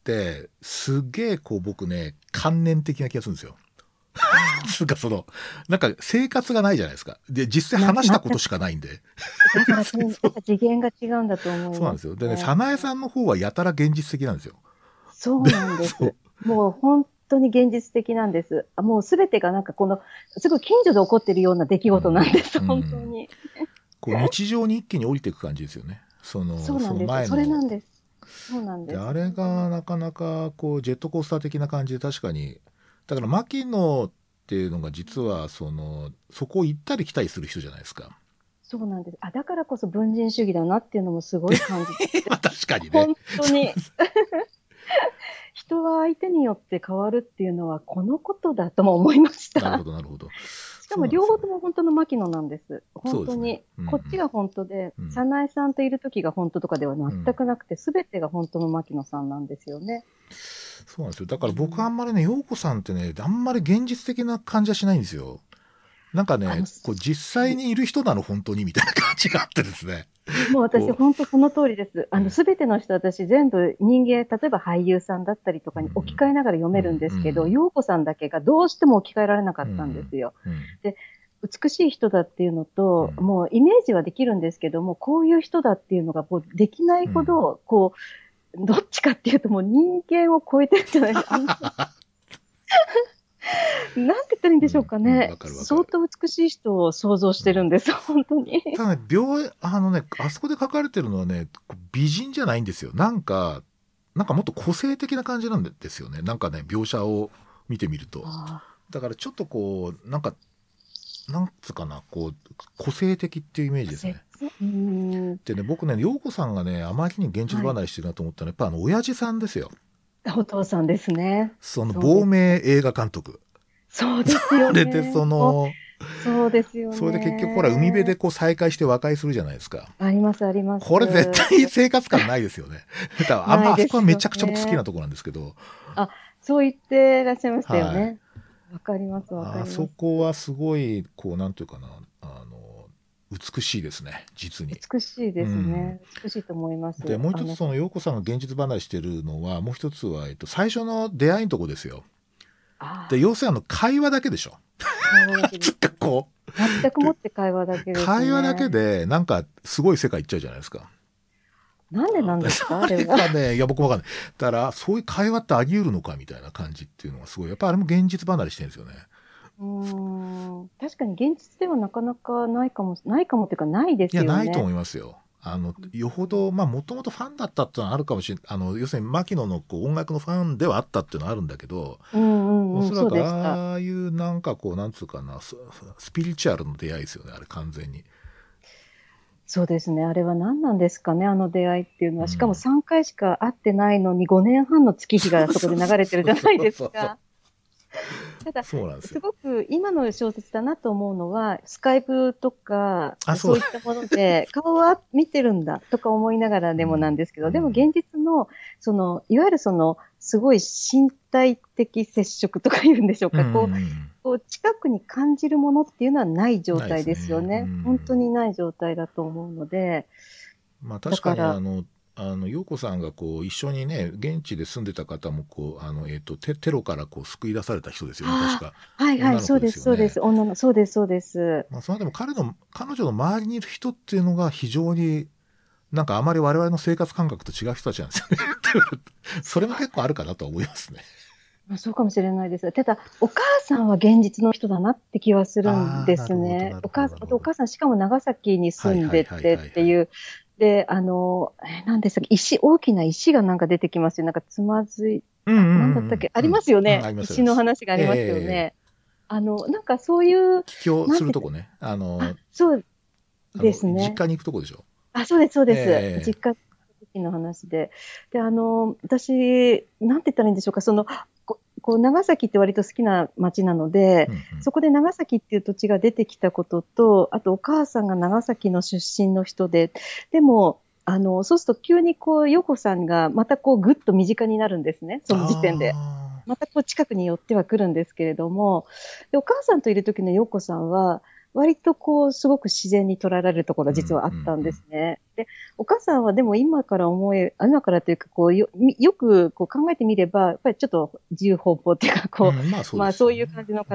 すげえこう僕ね、観念的な気がするんですよ。つうかその、なんか生活がないじゃないですか。で、実際話したことしかないんで。 だから次元が違うんだと思います、ね。 そうなんですよ。でね、早苗さんの方はやたら現実的なんですよ。 そうなんです。もう本当に現実的なんです。もうすべてがなんかこの、すごい近所で起こってるような出来事なんです、うん、本当に。 こう日常に一気に降りていく感じですよね。その、 そうなんです。その前のそれなんです。そうなんです。 で、あれがなかなかこうジェットコースター的な感じで確かに、だから牧野っていうのが実はその、そこを行ったり来たりする人じゃないですか。 そうなんです。あ、だからこそ文人主義だなっていうのもすごい感じて。 まあ確かにね。 本当に。人は相手によって変わるっていうのはこのことだとも思いました。 なるほど、なるほど。 しかも両方とも本当の牧野なんです。本当に。ねうんうん、こっちが本当で、うん、早苗さんといる時が本当とかでは全くなくて、すべ、うん、てが本当の牧野さんなんですよね。 そうなんですよ。だから僕はあんまりね、陽子さんってね、あんまり現実的な感じはしないんですよ。なんかね、こう実際にいる人なの本当にみたいな感じがあってですね。 もう私本当その通りです。あの、すべての人私全部人間、例えば俳優さんだったりとかに置き換えながら読めるんですけど、陽子さんだけがどうしても置き換えられなかったんですよ。うんうん、で、美しい人だっていうのと、うん、もうイメージはできるんですけども、こういう人だっていうのがもうできないほど、こう、どっちかっていうともう人間を超えてるんじゃないですか。なんて言ったらいいんでしょうかね。うんうん、かるかる相当美しい人を想像してるんです、うん、本当に。 ただね、描、あのね、あそこで書かれてるのはね、美人じゃないんですよ。なんか、なんかもっと個性的な感じなんですよね。なんかね、描写を見てみると。だからちょっとこう、なんか、なんつうかな、こう、個性的っていうイメージですね。うんでね、僕ね、陽子さんがね、あまりに現実離れしてるなと思ったのは、はい、やっぱあの、親父さんですよ。 お父さんですね。 その、亡命映画監督。 そうですよね。 それで、その、 そうですよね。 それで結局、ほら、海辺でこう再会して和解するじゃないですか。 あります、あります。 これ絶対生活感ないですよね。だから、あんま、あそこはめちゃくちゃ僕好きなところなんですけど。 あ、そう言ってらっしゃいましたよね。はいわかります、わかります。 あそこはすごい、こう、なんていうかな、あの、美しいですね、実に。 美しいですね。うん、美しいと思います。 で、もう一つ、その、陽子さんが現実離れしてるのは、もう一つは、えっと、最初の出会いのとこですよ。で、要するに、あの、会話だけでしょ。会話だけで。こう。 全くもって会話だけですね。 会話だけで、なんか、すごい世界行っちゃうじゃないですか。 なんでなんですかあれがね、いや、僕わかんない。だから、そういう会話ってあり得るのかみたいな感じっていうのがすごい。やっぱあれも現実離れしてるんですよね。 うーん。確かに現実ではなかなかないかも、ないかもっていうかないですよね。 いや、ないと思いますよ。あの、よほど、まあ、もともとファンだったっていうのはあるかもしれない。あの、要するに、牧野のこう音楽のファンではあったっていうのはあるんだけど、 うんうんうん、 おそらくああいうなんかこう、なんつうかな、ス, スピリチュアルの出会いですよね、あれ完全に。 そうですね。あれは何なんですかね、あの出会いっていうのは。しかもさんかいしか会ってないのにごねんはんの月日がそこで流れてるじゃないですか。ただ、すごく今の小説だなと思うのは、スカイプとか、そうそういったもので、顔は見てるんだとか思いながらでもなんですけど、うん、でも現実の、その、いわゆるその、すごい身体的接触とか言うんでしょうか、うん、こう、こう近くに感じるものっていうのはない状態ですよね。ねうん、本当にない状態だと思うので。 まあ確かにあの、あの陽子さんがこう一緒にね現地で住んでた方もこうあの、えー、と テ, テロからこう救い出された人ですよね確か。 はいはい、そうですそうです女のそうですそうです。 まあそのでも彼の彼女の周りにいる人っていうのが非常になんかあまり我々の生活感覚と違う人たちなんですよね。それも結構あるかなと思いますね。 まあ、そうかもしれないです。ただ、お母さんは現実の人だなって気はするんああ、 ですなるほど、 ね。 なるほど、 お母さん、 なるほど。 お母さん、しかも長崎に住んはいはいでてっはいはいはい。 ていう。で、あの、え、なんでしたっけ、石、大きな石がなんか出てきますよ。なんかつまずい、あ、 うんうんなんだったっけ、ありうんうん。うん、うん、 ますよね。 ありますあり石のます。 話がありますよええ、 ね。あの、なんかそういう、 帰郷なんて言ったするとこね。ああ、 の、 そうあの、 ですね。 実家に行くとこでしょ。 あ、そうです、そうです。 ええ、 実家の時の話で。で、あの、私、なんて言ったらいいんでしょうか、その、ここう、長崎って割と好きな街なので、 うんうん。 そこで長崎っていう土地が出てきたことと、あとお母さんが長崎の出身の人で、でも、あの、そうすると急にこう、洋子さんがまたこう、ぐっと身近になるんですね、その時点で。 あまたこう近くに寄ってはくるんですけれども、でお母さんといる時の洋子さんは、割とこう、すごく自然に捉えられるところあ、うが実んはあったんでうんうん。 すね。で、お母さんはでも今から思え、あ今からというか、こう、よ、みよくこう考えてみれば、やっぱりちょっと自由奔放っていうか、こうん、まあそう、 うまあですよね。 そういう感じのうん。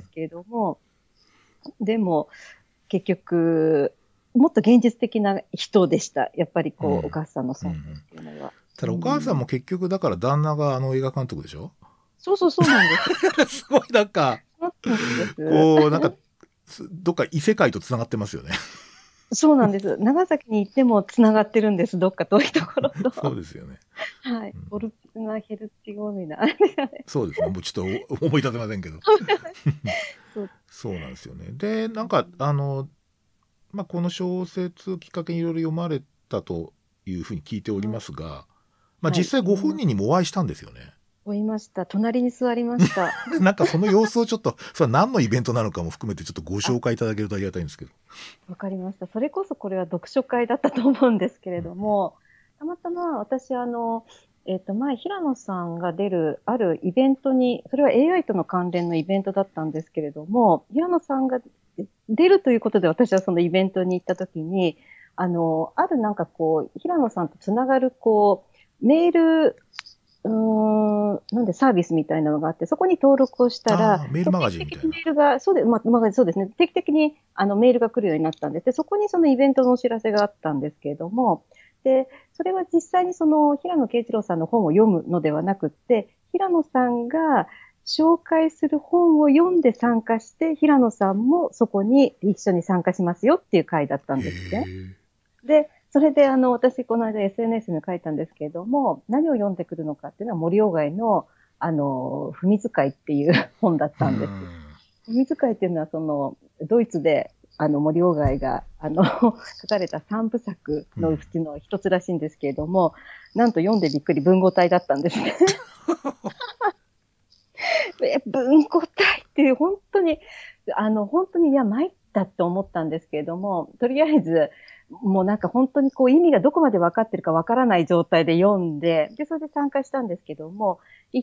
方なんですけれども、でも結局、もっと現実的な人でした。やっぱりこう、おうん。 母さんのうんう存在っん。 ていうのは。 たうだお母さんもん。 結局だから旦那があの映画監督でしょ。 そうそうそうなんです。 すごいなんか、 そうなんです。 こう、なんか、すどっか異世界と繋がってますよね。 そうなんです。長崎に行ってもつながってるんです。どっか遠いところと。 そうですよね。 はい。 うん、 ボルツナヘルツィゴミナ。 そうですね。もうちょっとお思い立てませんけど。 そう。 そうなんですよね。で、なんか、あの、まあ、この小説をきっかけにいろいろ読まれたというふうに聞いておりますが、まあ、 はい。 実際ご読みました。 本人にもお会いしたんですよね。 追いました。隣に座りました。 なんかその様子をちょっと、それは何のイベントなのかも含めてちょっとごあ、 紹介いただけるとありがたいんですけど。 わかりました。それこそこれは読書会だったと思うんですけれうん、 ども、たまたま私、あの、えっと、前、平野さんが出るあるイベントに、それは エーアイ との関連のイベントだったんですけれども、平野さんが出るということで私はそのイベントに行った時に、あの、あるなんかこう、平野さんとつながるこう、メール、うーん、なんでサービスみたいなのがあって、そこに登録をしたら、 ああ、メールマガこう定期的ジンみたいな。 にメールが、そうで、まあ、まあ、そうですね、定期的にあのメールが来るようになったんです。で、そこにそのイベントのお知らせがあったんですけれども、で、それは実際にその平野啓一郎さんの本を読むのではなくって、平野さんが紹介する本を読んで参加して、平野さんもそこに一緒に参加しますよっていう回だったんへですね。 え。 で、それであの、私この間 エスエヌエス に書いたんですけれども、何を読んでくるのかっていうのは森鴎外の、あの、文使いっていう本だっうたんです。 ん。 文使いっていうのはその、ドイツで、あの、森鴎外が、あの、書かれた三部作うん。 のうちの一つらしいんですけれども、なんと読んでびっくり文語体だったんですね。え、文庫体っていう、本当に、あの、本当に、いや、参ったって思ったんですけれども、とりあえず、もうなんか本当にこう意味がどこまで分かってるか分からない状態で読んで、で、それで参加したんですけども、行って、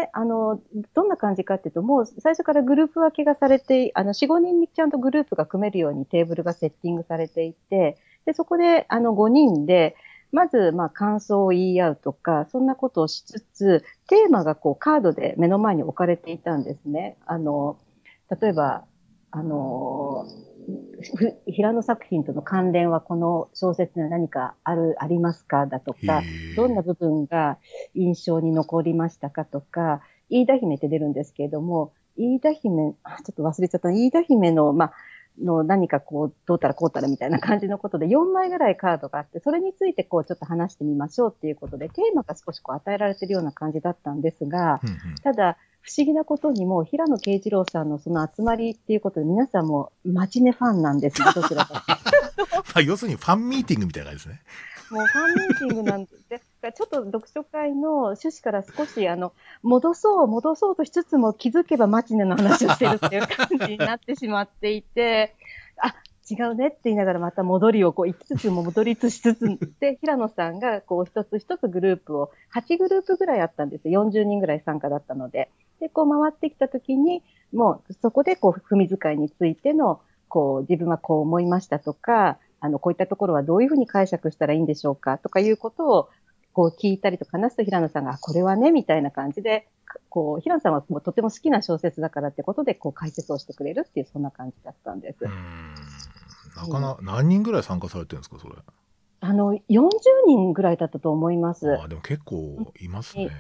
あの、どんな感じかっていうと、もう最初からグループ分けがされて、あの、よん、ごにんにちゃんとグループが組めるようにテーブルがセッティングされていて、で、そこで、あの、ごにんで、まず、まあ、感想を言い合うとか、そんなことをしつつ、テーマがこう、カードで目の前に置かれていたんですね。あの、例えば、あの、平野作品との関連はこの小説には何かある、ありますかだとへか、どんなえ。 部分が印象に残りましたかとか、飯田姫って出るんですけれども、飯田姫、ちょっと忘れちゃった、飯田姫の、まあ、の何かこう、どうたらこうたらみたいな感じのことでよんまいぐらいカードがあって、それについてこうちょっと話してみましょうっていうことで、テーマが少しこう与えられているような感じだったんですが、 うんうん。 ただ、不思議なことにも、平野啓一郎さんのその集まりっていうことで、皆さんもマチネファンなんですね、どちらかというと。 まあ、要するにファンミーティングみたいな感じですね。 もうファンミーティングなんで、ちょっと読書会の趣旨から少し、あの、戻そう、戻そうとしつつも気づけばマチネの話をしてるっていう感じになってしまっていて、あ、違うねって言いながらまた戻りをこう、いつつつも戻りつしつつで、平野さんがこう、一つ一つグループを、はちグループぐらいあったんですよ。よんじゅうにんぐらい参加だったので。で、こう回ってきたときに、もうそこでこう、文使いについての、こう、自分はこう思いましたとか、あの、こういったところはどういうふうに解釈したらいいんでしょうかとかいうことを、こう聞いたりとか話すと平野さんが、これはね、みたいな感じで、こう、平野さんはもうとても好きな小説だからってことで、こう解説をしてくれるっていう、そんな感じだったんでうーす。 ん。なかうん、 な、何人ぐらい参加されてるんですか、それ。 あの、よんじゅうにんぐらいだったと思います。 ああ、でも結構いますね。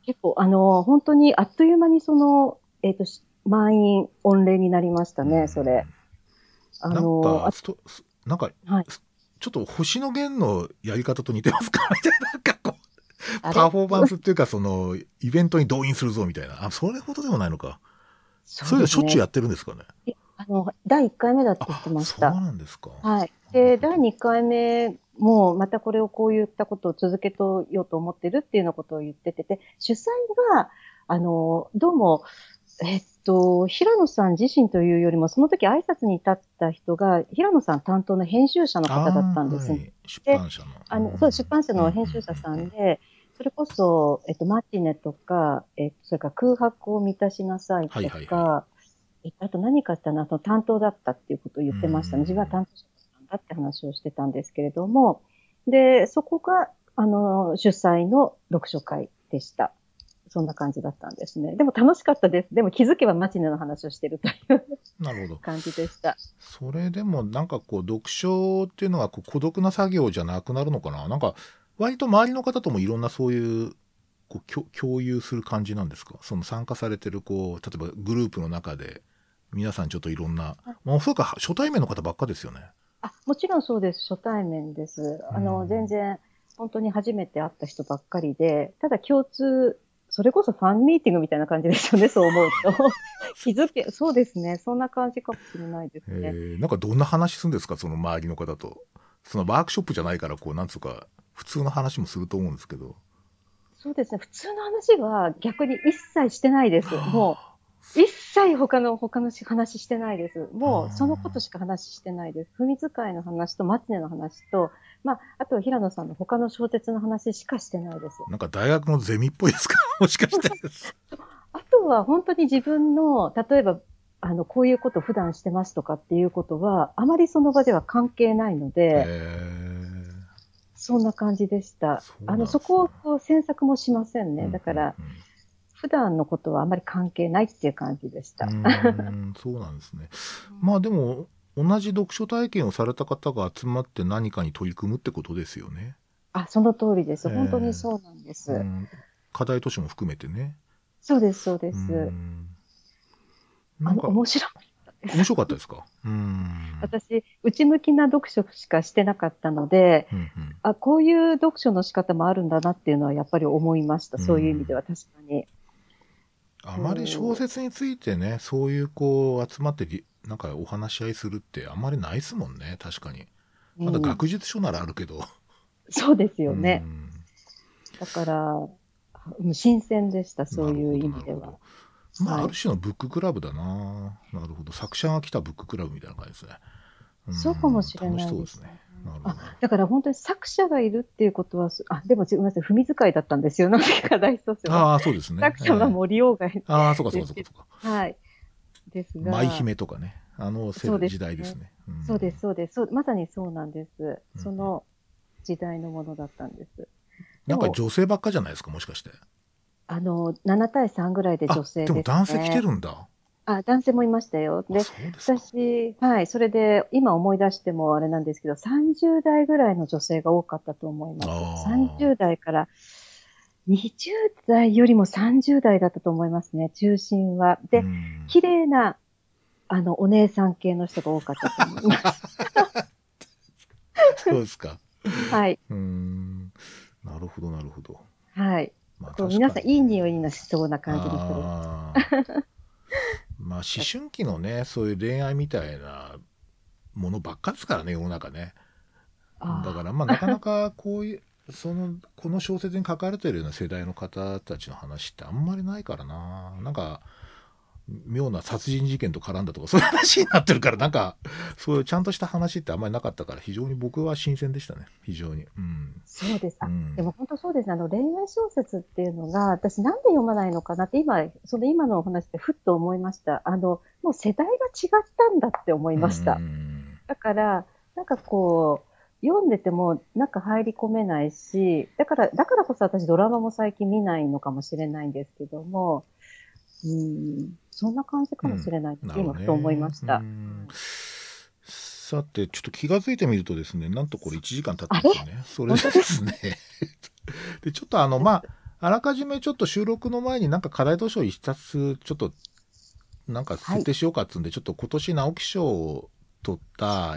結構、あの、本当にあっという間にその、えっと、し満員御礼になりましたうね、それ。 ん。 あなんの、あ、 かストすなんかはい。 すちょっと星野源のやり方と似てますかみたいな、なんかこうあれパフォーマンスっていうか、そのイベントに動員するぞみたいな、あ、それほどでもないのか。そういうのそうですね。 しょっちゅうやってるんですかね。 えあの、だいいっかいめだって言ってあ、そうました。 なんですか。 はい。で、 なるほど。 だいにかいめもまたこれをこういったことを続けとようと思ってるっていうようなことを言っててて、主催が、あの、どうも、えっと、平野さん自身というよりも、その時挨拶に立った人が、平野さん担当の編集者の方だったああ、 んですね。 はい。出で、 版社の。うあの、そう、出ん。 版社うんうんうんの編集者さんで、それこそ、えっと、マティネとか、えっと、それから空白を満たしなさいとはいはいはい。 か、えっと、あと何かってあの、あと担当だったっていうことを言うってましたね。自分はん。 担当者だったんだって話をしてたんですけれども、で、そこが、あの、主催の読書会でした。そんな感じだったんですね。でも楽しかったです。でも気づけばマチネの話をしてるというなるほど。 感じでした。 それでもなんかこう読書っていうのはこう孤独な作業じゃなくなるのかな。なんか割と周りの方ともいろんなそういうこう共共有する感じなんですか。その参加されてるこう例えばグループの中で皆さんちょっといろんな、まあ、そうか初対面の方ばっかですよね。 あ、もちろんそうです。初対面です。 うあの、全ん。 然、本当に初めて会った人ばっかりで、ただ共通、それこそファンミーティングみたいな感じですよね、そう思うと。気づけ、そうですね。そんな感じかもしれないですね。 えー、なんかどんな話するんですか、その周りの方と。そのワークショップじゃないからこうなんつうか普通の話もすると思うんですけど。 そうですね。普通の話は逆に一切してないです。もはあ。 う、一切他の、他の話してないです。もう、そのことあしか話してないです。文使いの話と、マチネの話と、まあ、あと、平野さんの他の小説の話しかしてないです。 ー、なんか大学のゼミっぽいですかもしかして。 あとは、本当に自分の、例えば、あの、こういうこと普段してますとかっていうことは、あまりその場では関係ないのへで、 え。 そんな感じでした。 そうあの、 なんですね。 そこをこう詮索もしませんね。 うんだから、 うん普段のことはあまり関係ないっていう感じでしうん。 た。 うーん、そうなんですね。まあでも、同じ読書体験をされた方が集まって何かに取り組むってことですよね。 あ、その通りです。本当にえそうなんでえ、うす。 ん、課題図書も含めてね。 そうです、そうでうーす。 ん、なあの、 んか、 面白かったです。 面白かったですか。うーん。 私、内向きな読書しかしてなかったので、 うんうんあ、こういう読書の仕方もあるんだなっていうのはやっぱり思いました。 うそういう意味ではん。 確かに。 あまり小こ説についてね、そういうこう集まってりなんかお話し合いするってあんまりないですもんね、確かに。 う、 まだうん。 学術書ならあるけど。 そうですうよね。 ん。 だから、うん新鮮でした。そういうなるほど、 意味では。 なるほど。まあ、あるはい。 種のブッククラブだな。なるほど。作者が来たブッククラブみたいな感じですね。うそうかもん、 しれ楽しないですね。 そうですね。なるほあ、 ど。 だから本当に作者がいるっていうことは、すあ、でもごめんなさい、文使いだったんですよ。なぜか大訴訟は。 ああ、そうですね。 作者はええ、 森鴎外ああ、そうかそうですけど、 かそうかそうか。 はい。です舞が、 姫とかね。あの世そうです時代ですね。 ね。うん。 そうです、そうです。そう、まさにそうなんです。 うんうん、 その時代のものだったんです。でなんかも、 女性ばっかじゃないですか、もしかして。 あの、なな対さんぐらいで女あ、でも性です男性来てね。 るんだ。 あ、男性もいましたよ。 あ、 で、 そうですか。 私、はい、それで、今思い出してもあれなんですけど、さんじゅう代ぐらいの女性が多かったと思います。 ああ。 さんじゅう代からにじゅう代よりもさんじゅう代だったと思いますね、中心は。 うで、 ん。 綺麗な、あの、お姉さん系の人が多かったと思います。 そうですか。 はい。 うーん。なるほど、なるほど。 はい。 まあこう確かに皆さんいい匂いね。 のしそうな感じの人が多い。 ああ。まあ思春期のね、そういう恋愛みたいなものばっかですからね、世の中ね。だからまあなかなかこういう、その、この小説に書かれてるような世代の方たちの話ってあんまりないからな。なんか、妙な殺人事件と絡んだとかそういう話になってるから、なんかそういうちゃんとした話ってあんまりなかったから、非常に僕は新鮮でしたね、非常に。うん、 そうです。あ、でうんも本当そうですね。あの、恋愛小説っていうのが、私なんで読まないのかなって今、その今のお話でふっと思いました。あの、もう世代が違ったんだって思いうんうました。 んだから、なんかこう、読んでても中入り込めないし、だから、だからこそ私ドラマも最近見ないのかもしれないんですけども、うん、そんな感じかもしうん、 れないです。 なるほど今ふと思いまね。うした。うん。 ん、 さて、ちょっと気がついてみるとですね、なんとこれいちじかん経ってあれますよね。それで本当です。 ですね。で、ちょっとあの、まあ、 あらかじめちょっと収録の前になんか課題図書一冊ちょっとなんか設定しようかっつうんで、はい、ちょっと今年直木賞を取った、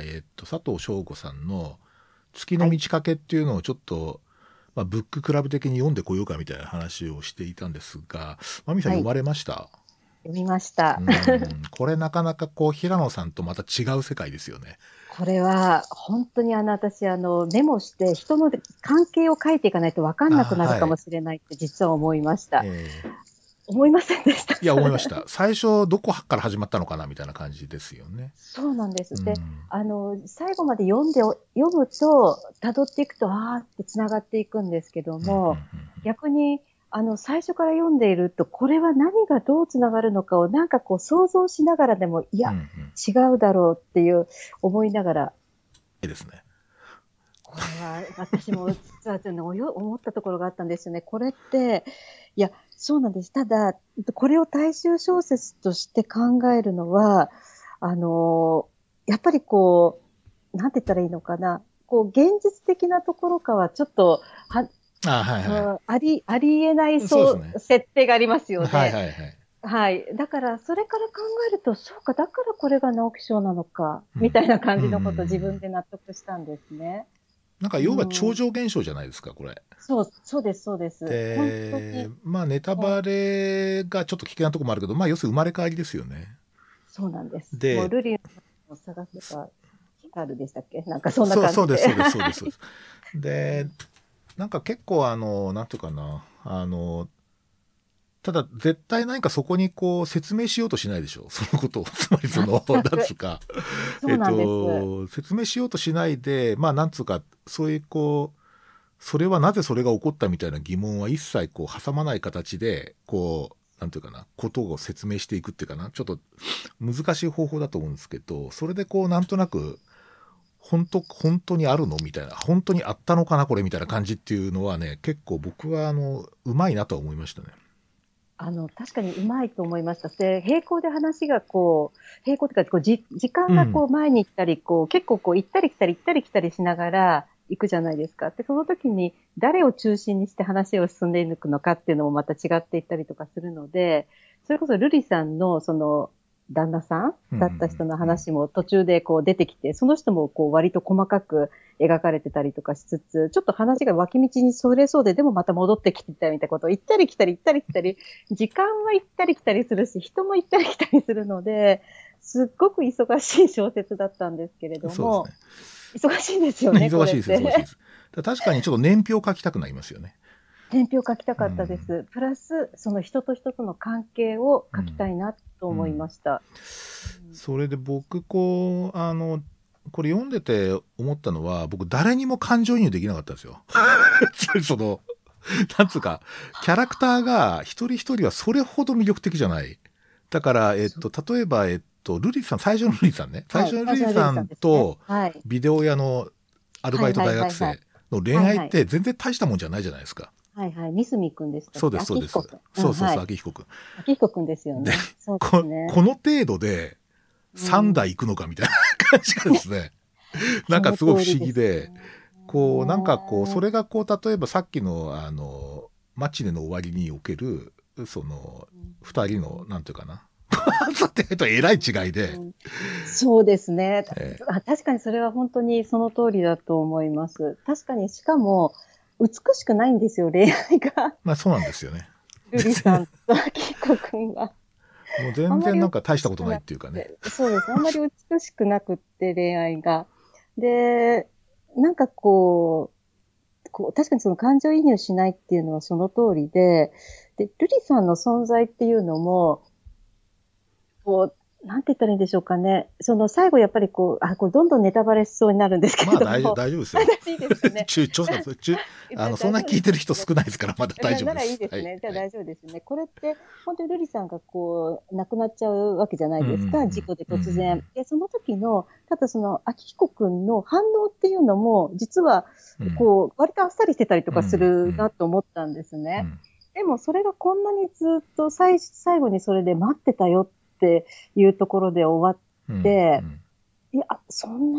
えっと、佐藤翔吾さんの月の満ち欠けっていうのをちょっと、はい、まあ、ブッククラブ的に読んでこようかみたいな話をしていたんですが、まみさん読まれました？はい、 読みました。 うんこれなかなかこう平野さんとまた違う世界ですよね。 これは本当にあの私あのメモして人の関係を書いていかないと分かんなくなるかもしれないって実は思いました。えー、思いませんでした。 いや思いました。最初どこから始まったのかなみたいな感じですよね。 そうなんです。うん、で、あの最後まで読んで読むと辿っていくとあーってつながっていくんですけども、うんうんうん、逆にあの最初から読んでいるとこれは何がどうつながるのかをなんかこう想像しながらでもいや、うんうん、違うだろうっていう思いながら。 いいですね。 これは私も実は思ったところがあったんですよね。これっていやそうなんです。ただこれを大衆小説として考えるのはあのやっぱりこうなんて言ったらいいのかな、こう現実的なところかはちょっとはあ、はいはい、 あり、ありえないそう、ね、設定がありますよね。 はいはいはい。 はい。だから、それから考えると、そうか、だからこれが直木賞なのか、うん、みたいな感じのことを自分で納得したんですね。 なんか、要は超常現象じゃないですか、これ。 そう、そうです、そうです。 で、まあ、ネタバレがちょっと危険なところもあるけど、まあ、要するに生まれ変わりですよね。 そうなんです。 で、 もうルリを探せば、ヒカルでしたっけ、なんかそんな感じで。 そう、そうです、そうです、そうです。そうですで、なんか結構あの、なんていうかな、あの、ただ絶対何かそこにこう説明しようとしないでしょ、そのことを。つまりその、なんつうか、 えっと、説明しようとしないで、まあなんつうか、そういうこう、それはなぜそれが起こったみたいな疑問は一切こう挟まない形で、こう、なんていうかな、ことを説明していくっていうかな、ちょっと難しい方法だと思うんですけど、それでこうなんとなく、本当、本当にあるのみたいな、本当にあったのかなこれみたいな感じっていうのはね、結構僕はあの、うまいなとは思いましたね。 あの、確かにうまいと思いました。で、並行で話がこう、並行っていうか、こうじ時間がこう前に行ったり、こう、結構こう行ったり来たり行ったり来たりしながら行くじゃないですか。で、その時に誰を中心にして話を進んでいくのかっていうのもまた違っていったりとかするので、それこそルリさんのその、旦那さんだった人の話も途中でこう出てきて、その人もこう割と細かく描かれてたりとかしつつ、ちょっと話が脇道にそれそうで、でもまた戻ってきてたみたいなことを行ったり来たり行ったり来たり、時間は行ったり来たりするし、人も行ったり来たりするので、すっごく忙しい小説だったんですけれども、ね、忙しいですよね、 忙しいです、忙しいです。確かにちょっと年表書きたくなりますよね。 年表書きたかったです。うん、プラス、その人と人との関係を書きたいなと思いました。 うんうん、それで僕、こう、あの、これ読んでて思ったのは、僕、誰にも感情移入できなかったんですよ。その、なんつうか、キャラクターが一人一人はそれほど魅力的じゃない。だから、えっと、例えば、えっと、ルリさん、最初のルリさんね。最初のルリさんと、ビデオ屋のアルバイト大学生の恋愛って全然大したもんじゃないじゃないですか。 はいはい。三角くんでしたっけ？ そうです、そうです。そうそうそう、明彦くん。 明彦くんですよね。そうですね。 この程度でさんだい行くのかみたいな感じがですね。なんかすごい不思議で、こう、なんかこう、それがこう、例えばさっきの、あの、マチネの終わりにおける、その、二人の、なんていうかな。さてとえらい違いで、うん、 そうですね、えーあ。確かにそれは本当にその通りだと思います。確かにしかも美しくないんですよ、恋愛が。 まあそうなんですよね。 ルリさんと明彦くんが。 もう全然なんか大したことないっていうかね。 そうです。あんまり美しくなくって恋愛が。で、なんかこう、こう確かにその感情移入しないっていうのはその通りで、で、ルリさんの存在っていうのも、こう、なんて言ったらいいんでしょうかね。その最後やっぱりこう、あ、これどんどんネタバレしそうになるんですけれども。 まあ大丈夫、大丈夫ですよ。 いいですかね。 中、調査、中、あの、そんな聞いてる人少ないですから、まだ大丈夫です。 ならいいですね。はい、じゃあ大丈夫ですね。これって、本当にルリさんがこう、亡くなっちゃうわけじゃないですか。うんうんうん、事故で突然。うんうん、で、その時の、ただその、明彦くんの反応っていうのも、実は、こう、うん、割とあっさりしてたりとかするなと思ったんですね。うんうん、でも、それがこんなにずっと最、最後にそれで待ってたよっていうところで終わって、うんうん、いや、そんなに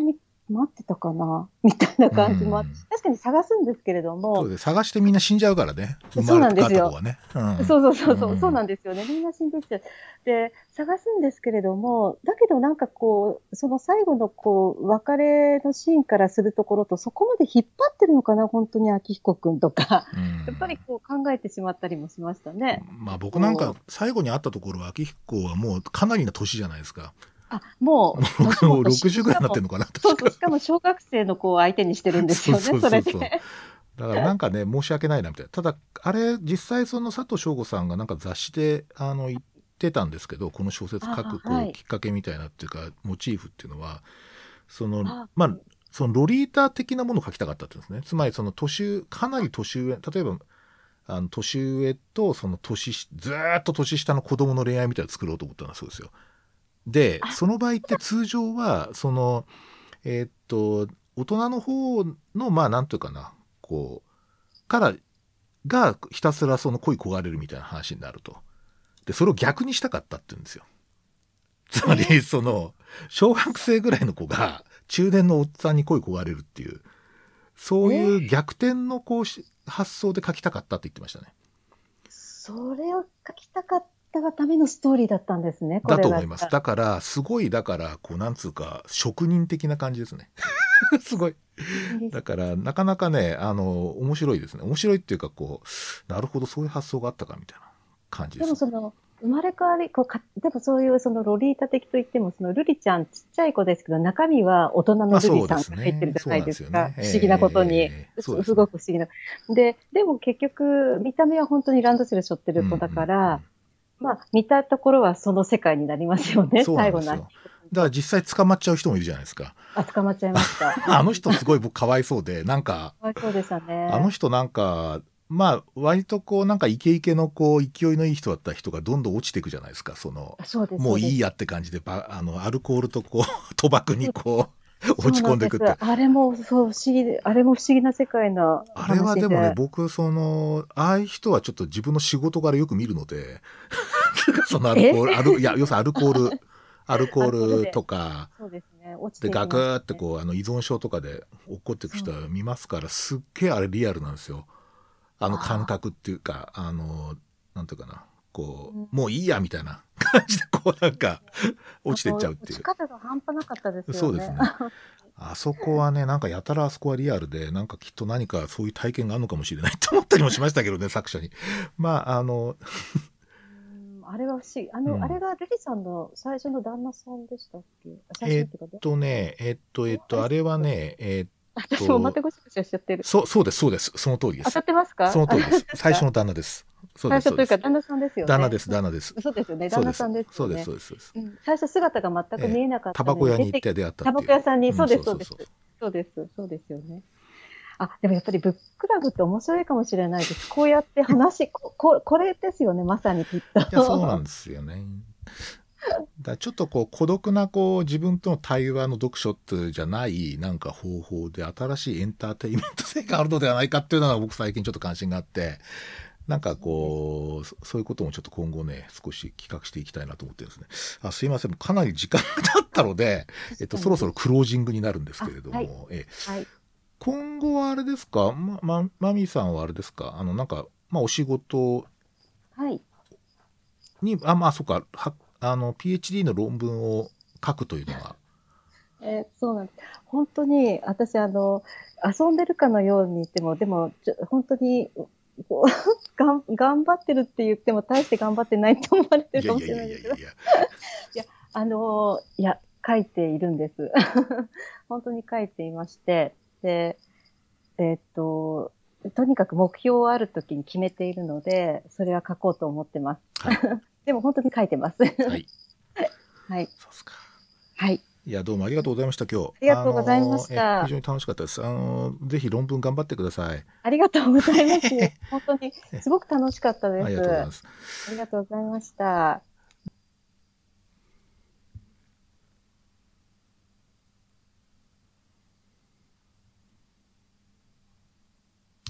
待ってたかなみたいな感じもあって、 うん確かに探すんですけれどそうも、 で探してみんな死んじゃうからね。生そうまれなんですよ。 変わった子はね。うん。 そうそうそうそう、 うんそうなんですよね。みんな死んでっちゃう。で、探すんですけれども、だけどなんかこう、その最後のこう、別れのシーンからするところと、そこまで引っ張ってるのかな、本当に明彦くんとか。 うんやっぱりこう考えてしまったりもしましたね。 まあ僕なんかこう、 最後に会ったところは明彦はもうかなりの年じゃないですか。 あ、ももう、年うも年、 ろくじゅうぐらいになしかも、 ってんのかな、 そうそう、 確か。 しかも小学生の子を相手にしてるんですそうよね、 そうそれそうそう。 で。 だからなんかね、申し訳ないなみたいな。ただ、あれ、実際その佐藤翔吾さんがなんか雑誌であの言ってたんですけど、この小説書あくあ、はい。 こうきっかけみたいなっていうか、モチーフっていうのは、その、 あ、 まあ、 はい。 そのロリータ的なものを書きたかったっていうんですね。つまりその年上、かなり年上、例えば、あの年上とその年し、ずーっと年下の子供の恋愛みたいなのを作ろうと思ったんだそうですよ。で、 あ、 その場合って通常は、その、えーっと、大人の方の、まあ、なんというかな、こう、からがひたすらその恋焦がれるみたいな話になると。で、それを逆にしたかったって言うんですよ。つまり、 え、 その、小学生ぐらいの子が中年のおっさんに恋焦がれるっていう、そういえ、 う逆転のこうし発想で書きたかったって言ってましたね。 それを書きたかったがためのストーリーだったんですね、こだれは。 と思います。だから、すごい、だから、こう、なんつうか、職人的な感じですね。すごい。だから、なかなかね、あの、面白いですね。面白いっていうか、こう、なるほど、そういう発想があったか、みたいな感じですね。 でもその、生まれ変わり、こうか、でもそういうそのロリータ的といっても、そのルリちゃんちっちゃい子ですけど、中身は大人まあ、 のルリそうでさんが入ってるすね。 じゃないそうなんですよね。。 ですか。不思議なことに。 えー、そうすすですね。 ごく不思議な。で、でも結局、見た目は本当にランドセル背負ってうんうんる子だかうん。 ら、まあ、見たところはその世界になりますよね、 そうな最後の秋んですよ。 彦君と。 だから実際捕まっちゃう人もいるじゃないですか。 あ、捕まっちゃいました。 あの人すごい僕かわいそうで、なんか、 かわいそうでしたね。 あの人なんか、まあ、割とこう、なんかイケイケのこう、勢いのいい人だった人がどんどん落ちていくじゃないですか。その、 そうです、 もういいそうです。 やって感じで、ばあの、アルコールとこう、賭博にこう、 そう落ちなんです。 込んでいくって。 あれも、そう、不思議で、あれも不思議な世界のおあれはでもね、 話で。 僕、その、ああいう人はちょっと自分の仕事柄よく見るので、そのアルえコール、アル、いや、要するにアルコール、アルコアルコールールで。 とか、 そうですね。落ちで、 ていきガクますね。 ーってこう、あの、依存症とかで落っこっていく人そう。 は見ますから、すっげえあれリアルなんですよ。あの感ああ、 覚っていうか、あの、なんていうかな、こうん。 う、もういいやみたいな感じで、こうなんか、 あ落ちてっちゃの、 うってい落ち方が半端なかったでう。 すよね。 そうですね。あそこはね、なんかやたらあそこはリアルで、なんかきっと何かそういう体験があるのかもしれないと思ったりもしましたけどね、作者に。まあ、あの、 うん、あれは不思議。あの、あれうん。 がルリさんの最初の旦那さんでしたっけ？最初えーっのっていうか、 とね、えーっと、ええ、 ーっと、 あれ違あれはう。 ね、えーっ私もまたと、 ごしゃごしゃしちゃってる。 そう、そうです、そうです。その通りです。 当たってますか？あ、 その通りです。 当たってますか？ 最初の旦那です。そうです、 最初というか、 そうです。 旦那さんですよね。 旦那です、旦那です。 そうですよね。 そうです。 旦那さんですそうです、 よね。 そうです、そうです。 うん。最初姿が全く見ええ、 えなかっタたのに、 バコ屋に行っ出て、 て出会ったっタバていう。 コ屋さんに、 うん、 そうです、そうです。 そうそうそう。 そうです、そうですよね。あ、でもやっぱりブッククラブって面白いかもしれないです。こうやって話、こ、ここれですよね、まさにきっいや、そうなんと。 ですよね。だちょっとこう孤独なこう自分との対話の読書ってじゃないなんか方法で新しいエンターテインメント性があるのではないかっていうのが僕最近ちょっと関心があって、なんかそうです。 こう、そそういうこともちょっと今後ね、少し企画していきたいなと思ってるんですね。あ、すいません。かなり時間が経ったので、えっと、 確かに。 そろそろクロージングになるんですけあ、 れどはい、 も、え、 はい、 今後はあれですか、ま、ま、マミーさんはあれですか、あの、なんか、まあ、お仕事はい。 に、あ、まあ、そっか、は、あの、ピーエイチディー の論文を書くというのは、 えーそうなんです。本当に、私、あの、遊んでるかのように言っても、でも、ちょ本当に、こうがん、頑張ってるって言っても、大して頑張ってないと思われてるかもいやいやいしれないんですけど、 やいやいやいや、 いや、あの、いや、書いているんです。本当に書いていまして、で、えーっと、とにかく目標をある時に決めているので、それは書こうと思ってます。 はい、 でも本当に書いてます。 はい、 はい。 そうですか。 はい。 いや、どうもありがとうございました、今日。 ありがあとうございまの、え、非した。 常に楽しかったです。あの、ぜひ論文頑張ってください。 ありがとうございます。本当にえすごく楽しかったでありがとうございす。 ます。 ありがとうございました。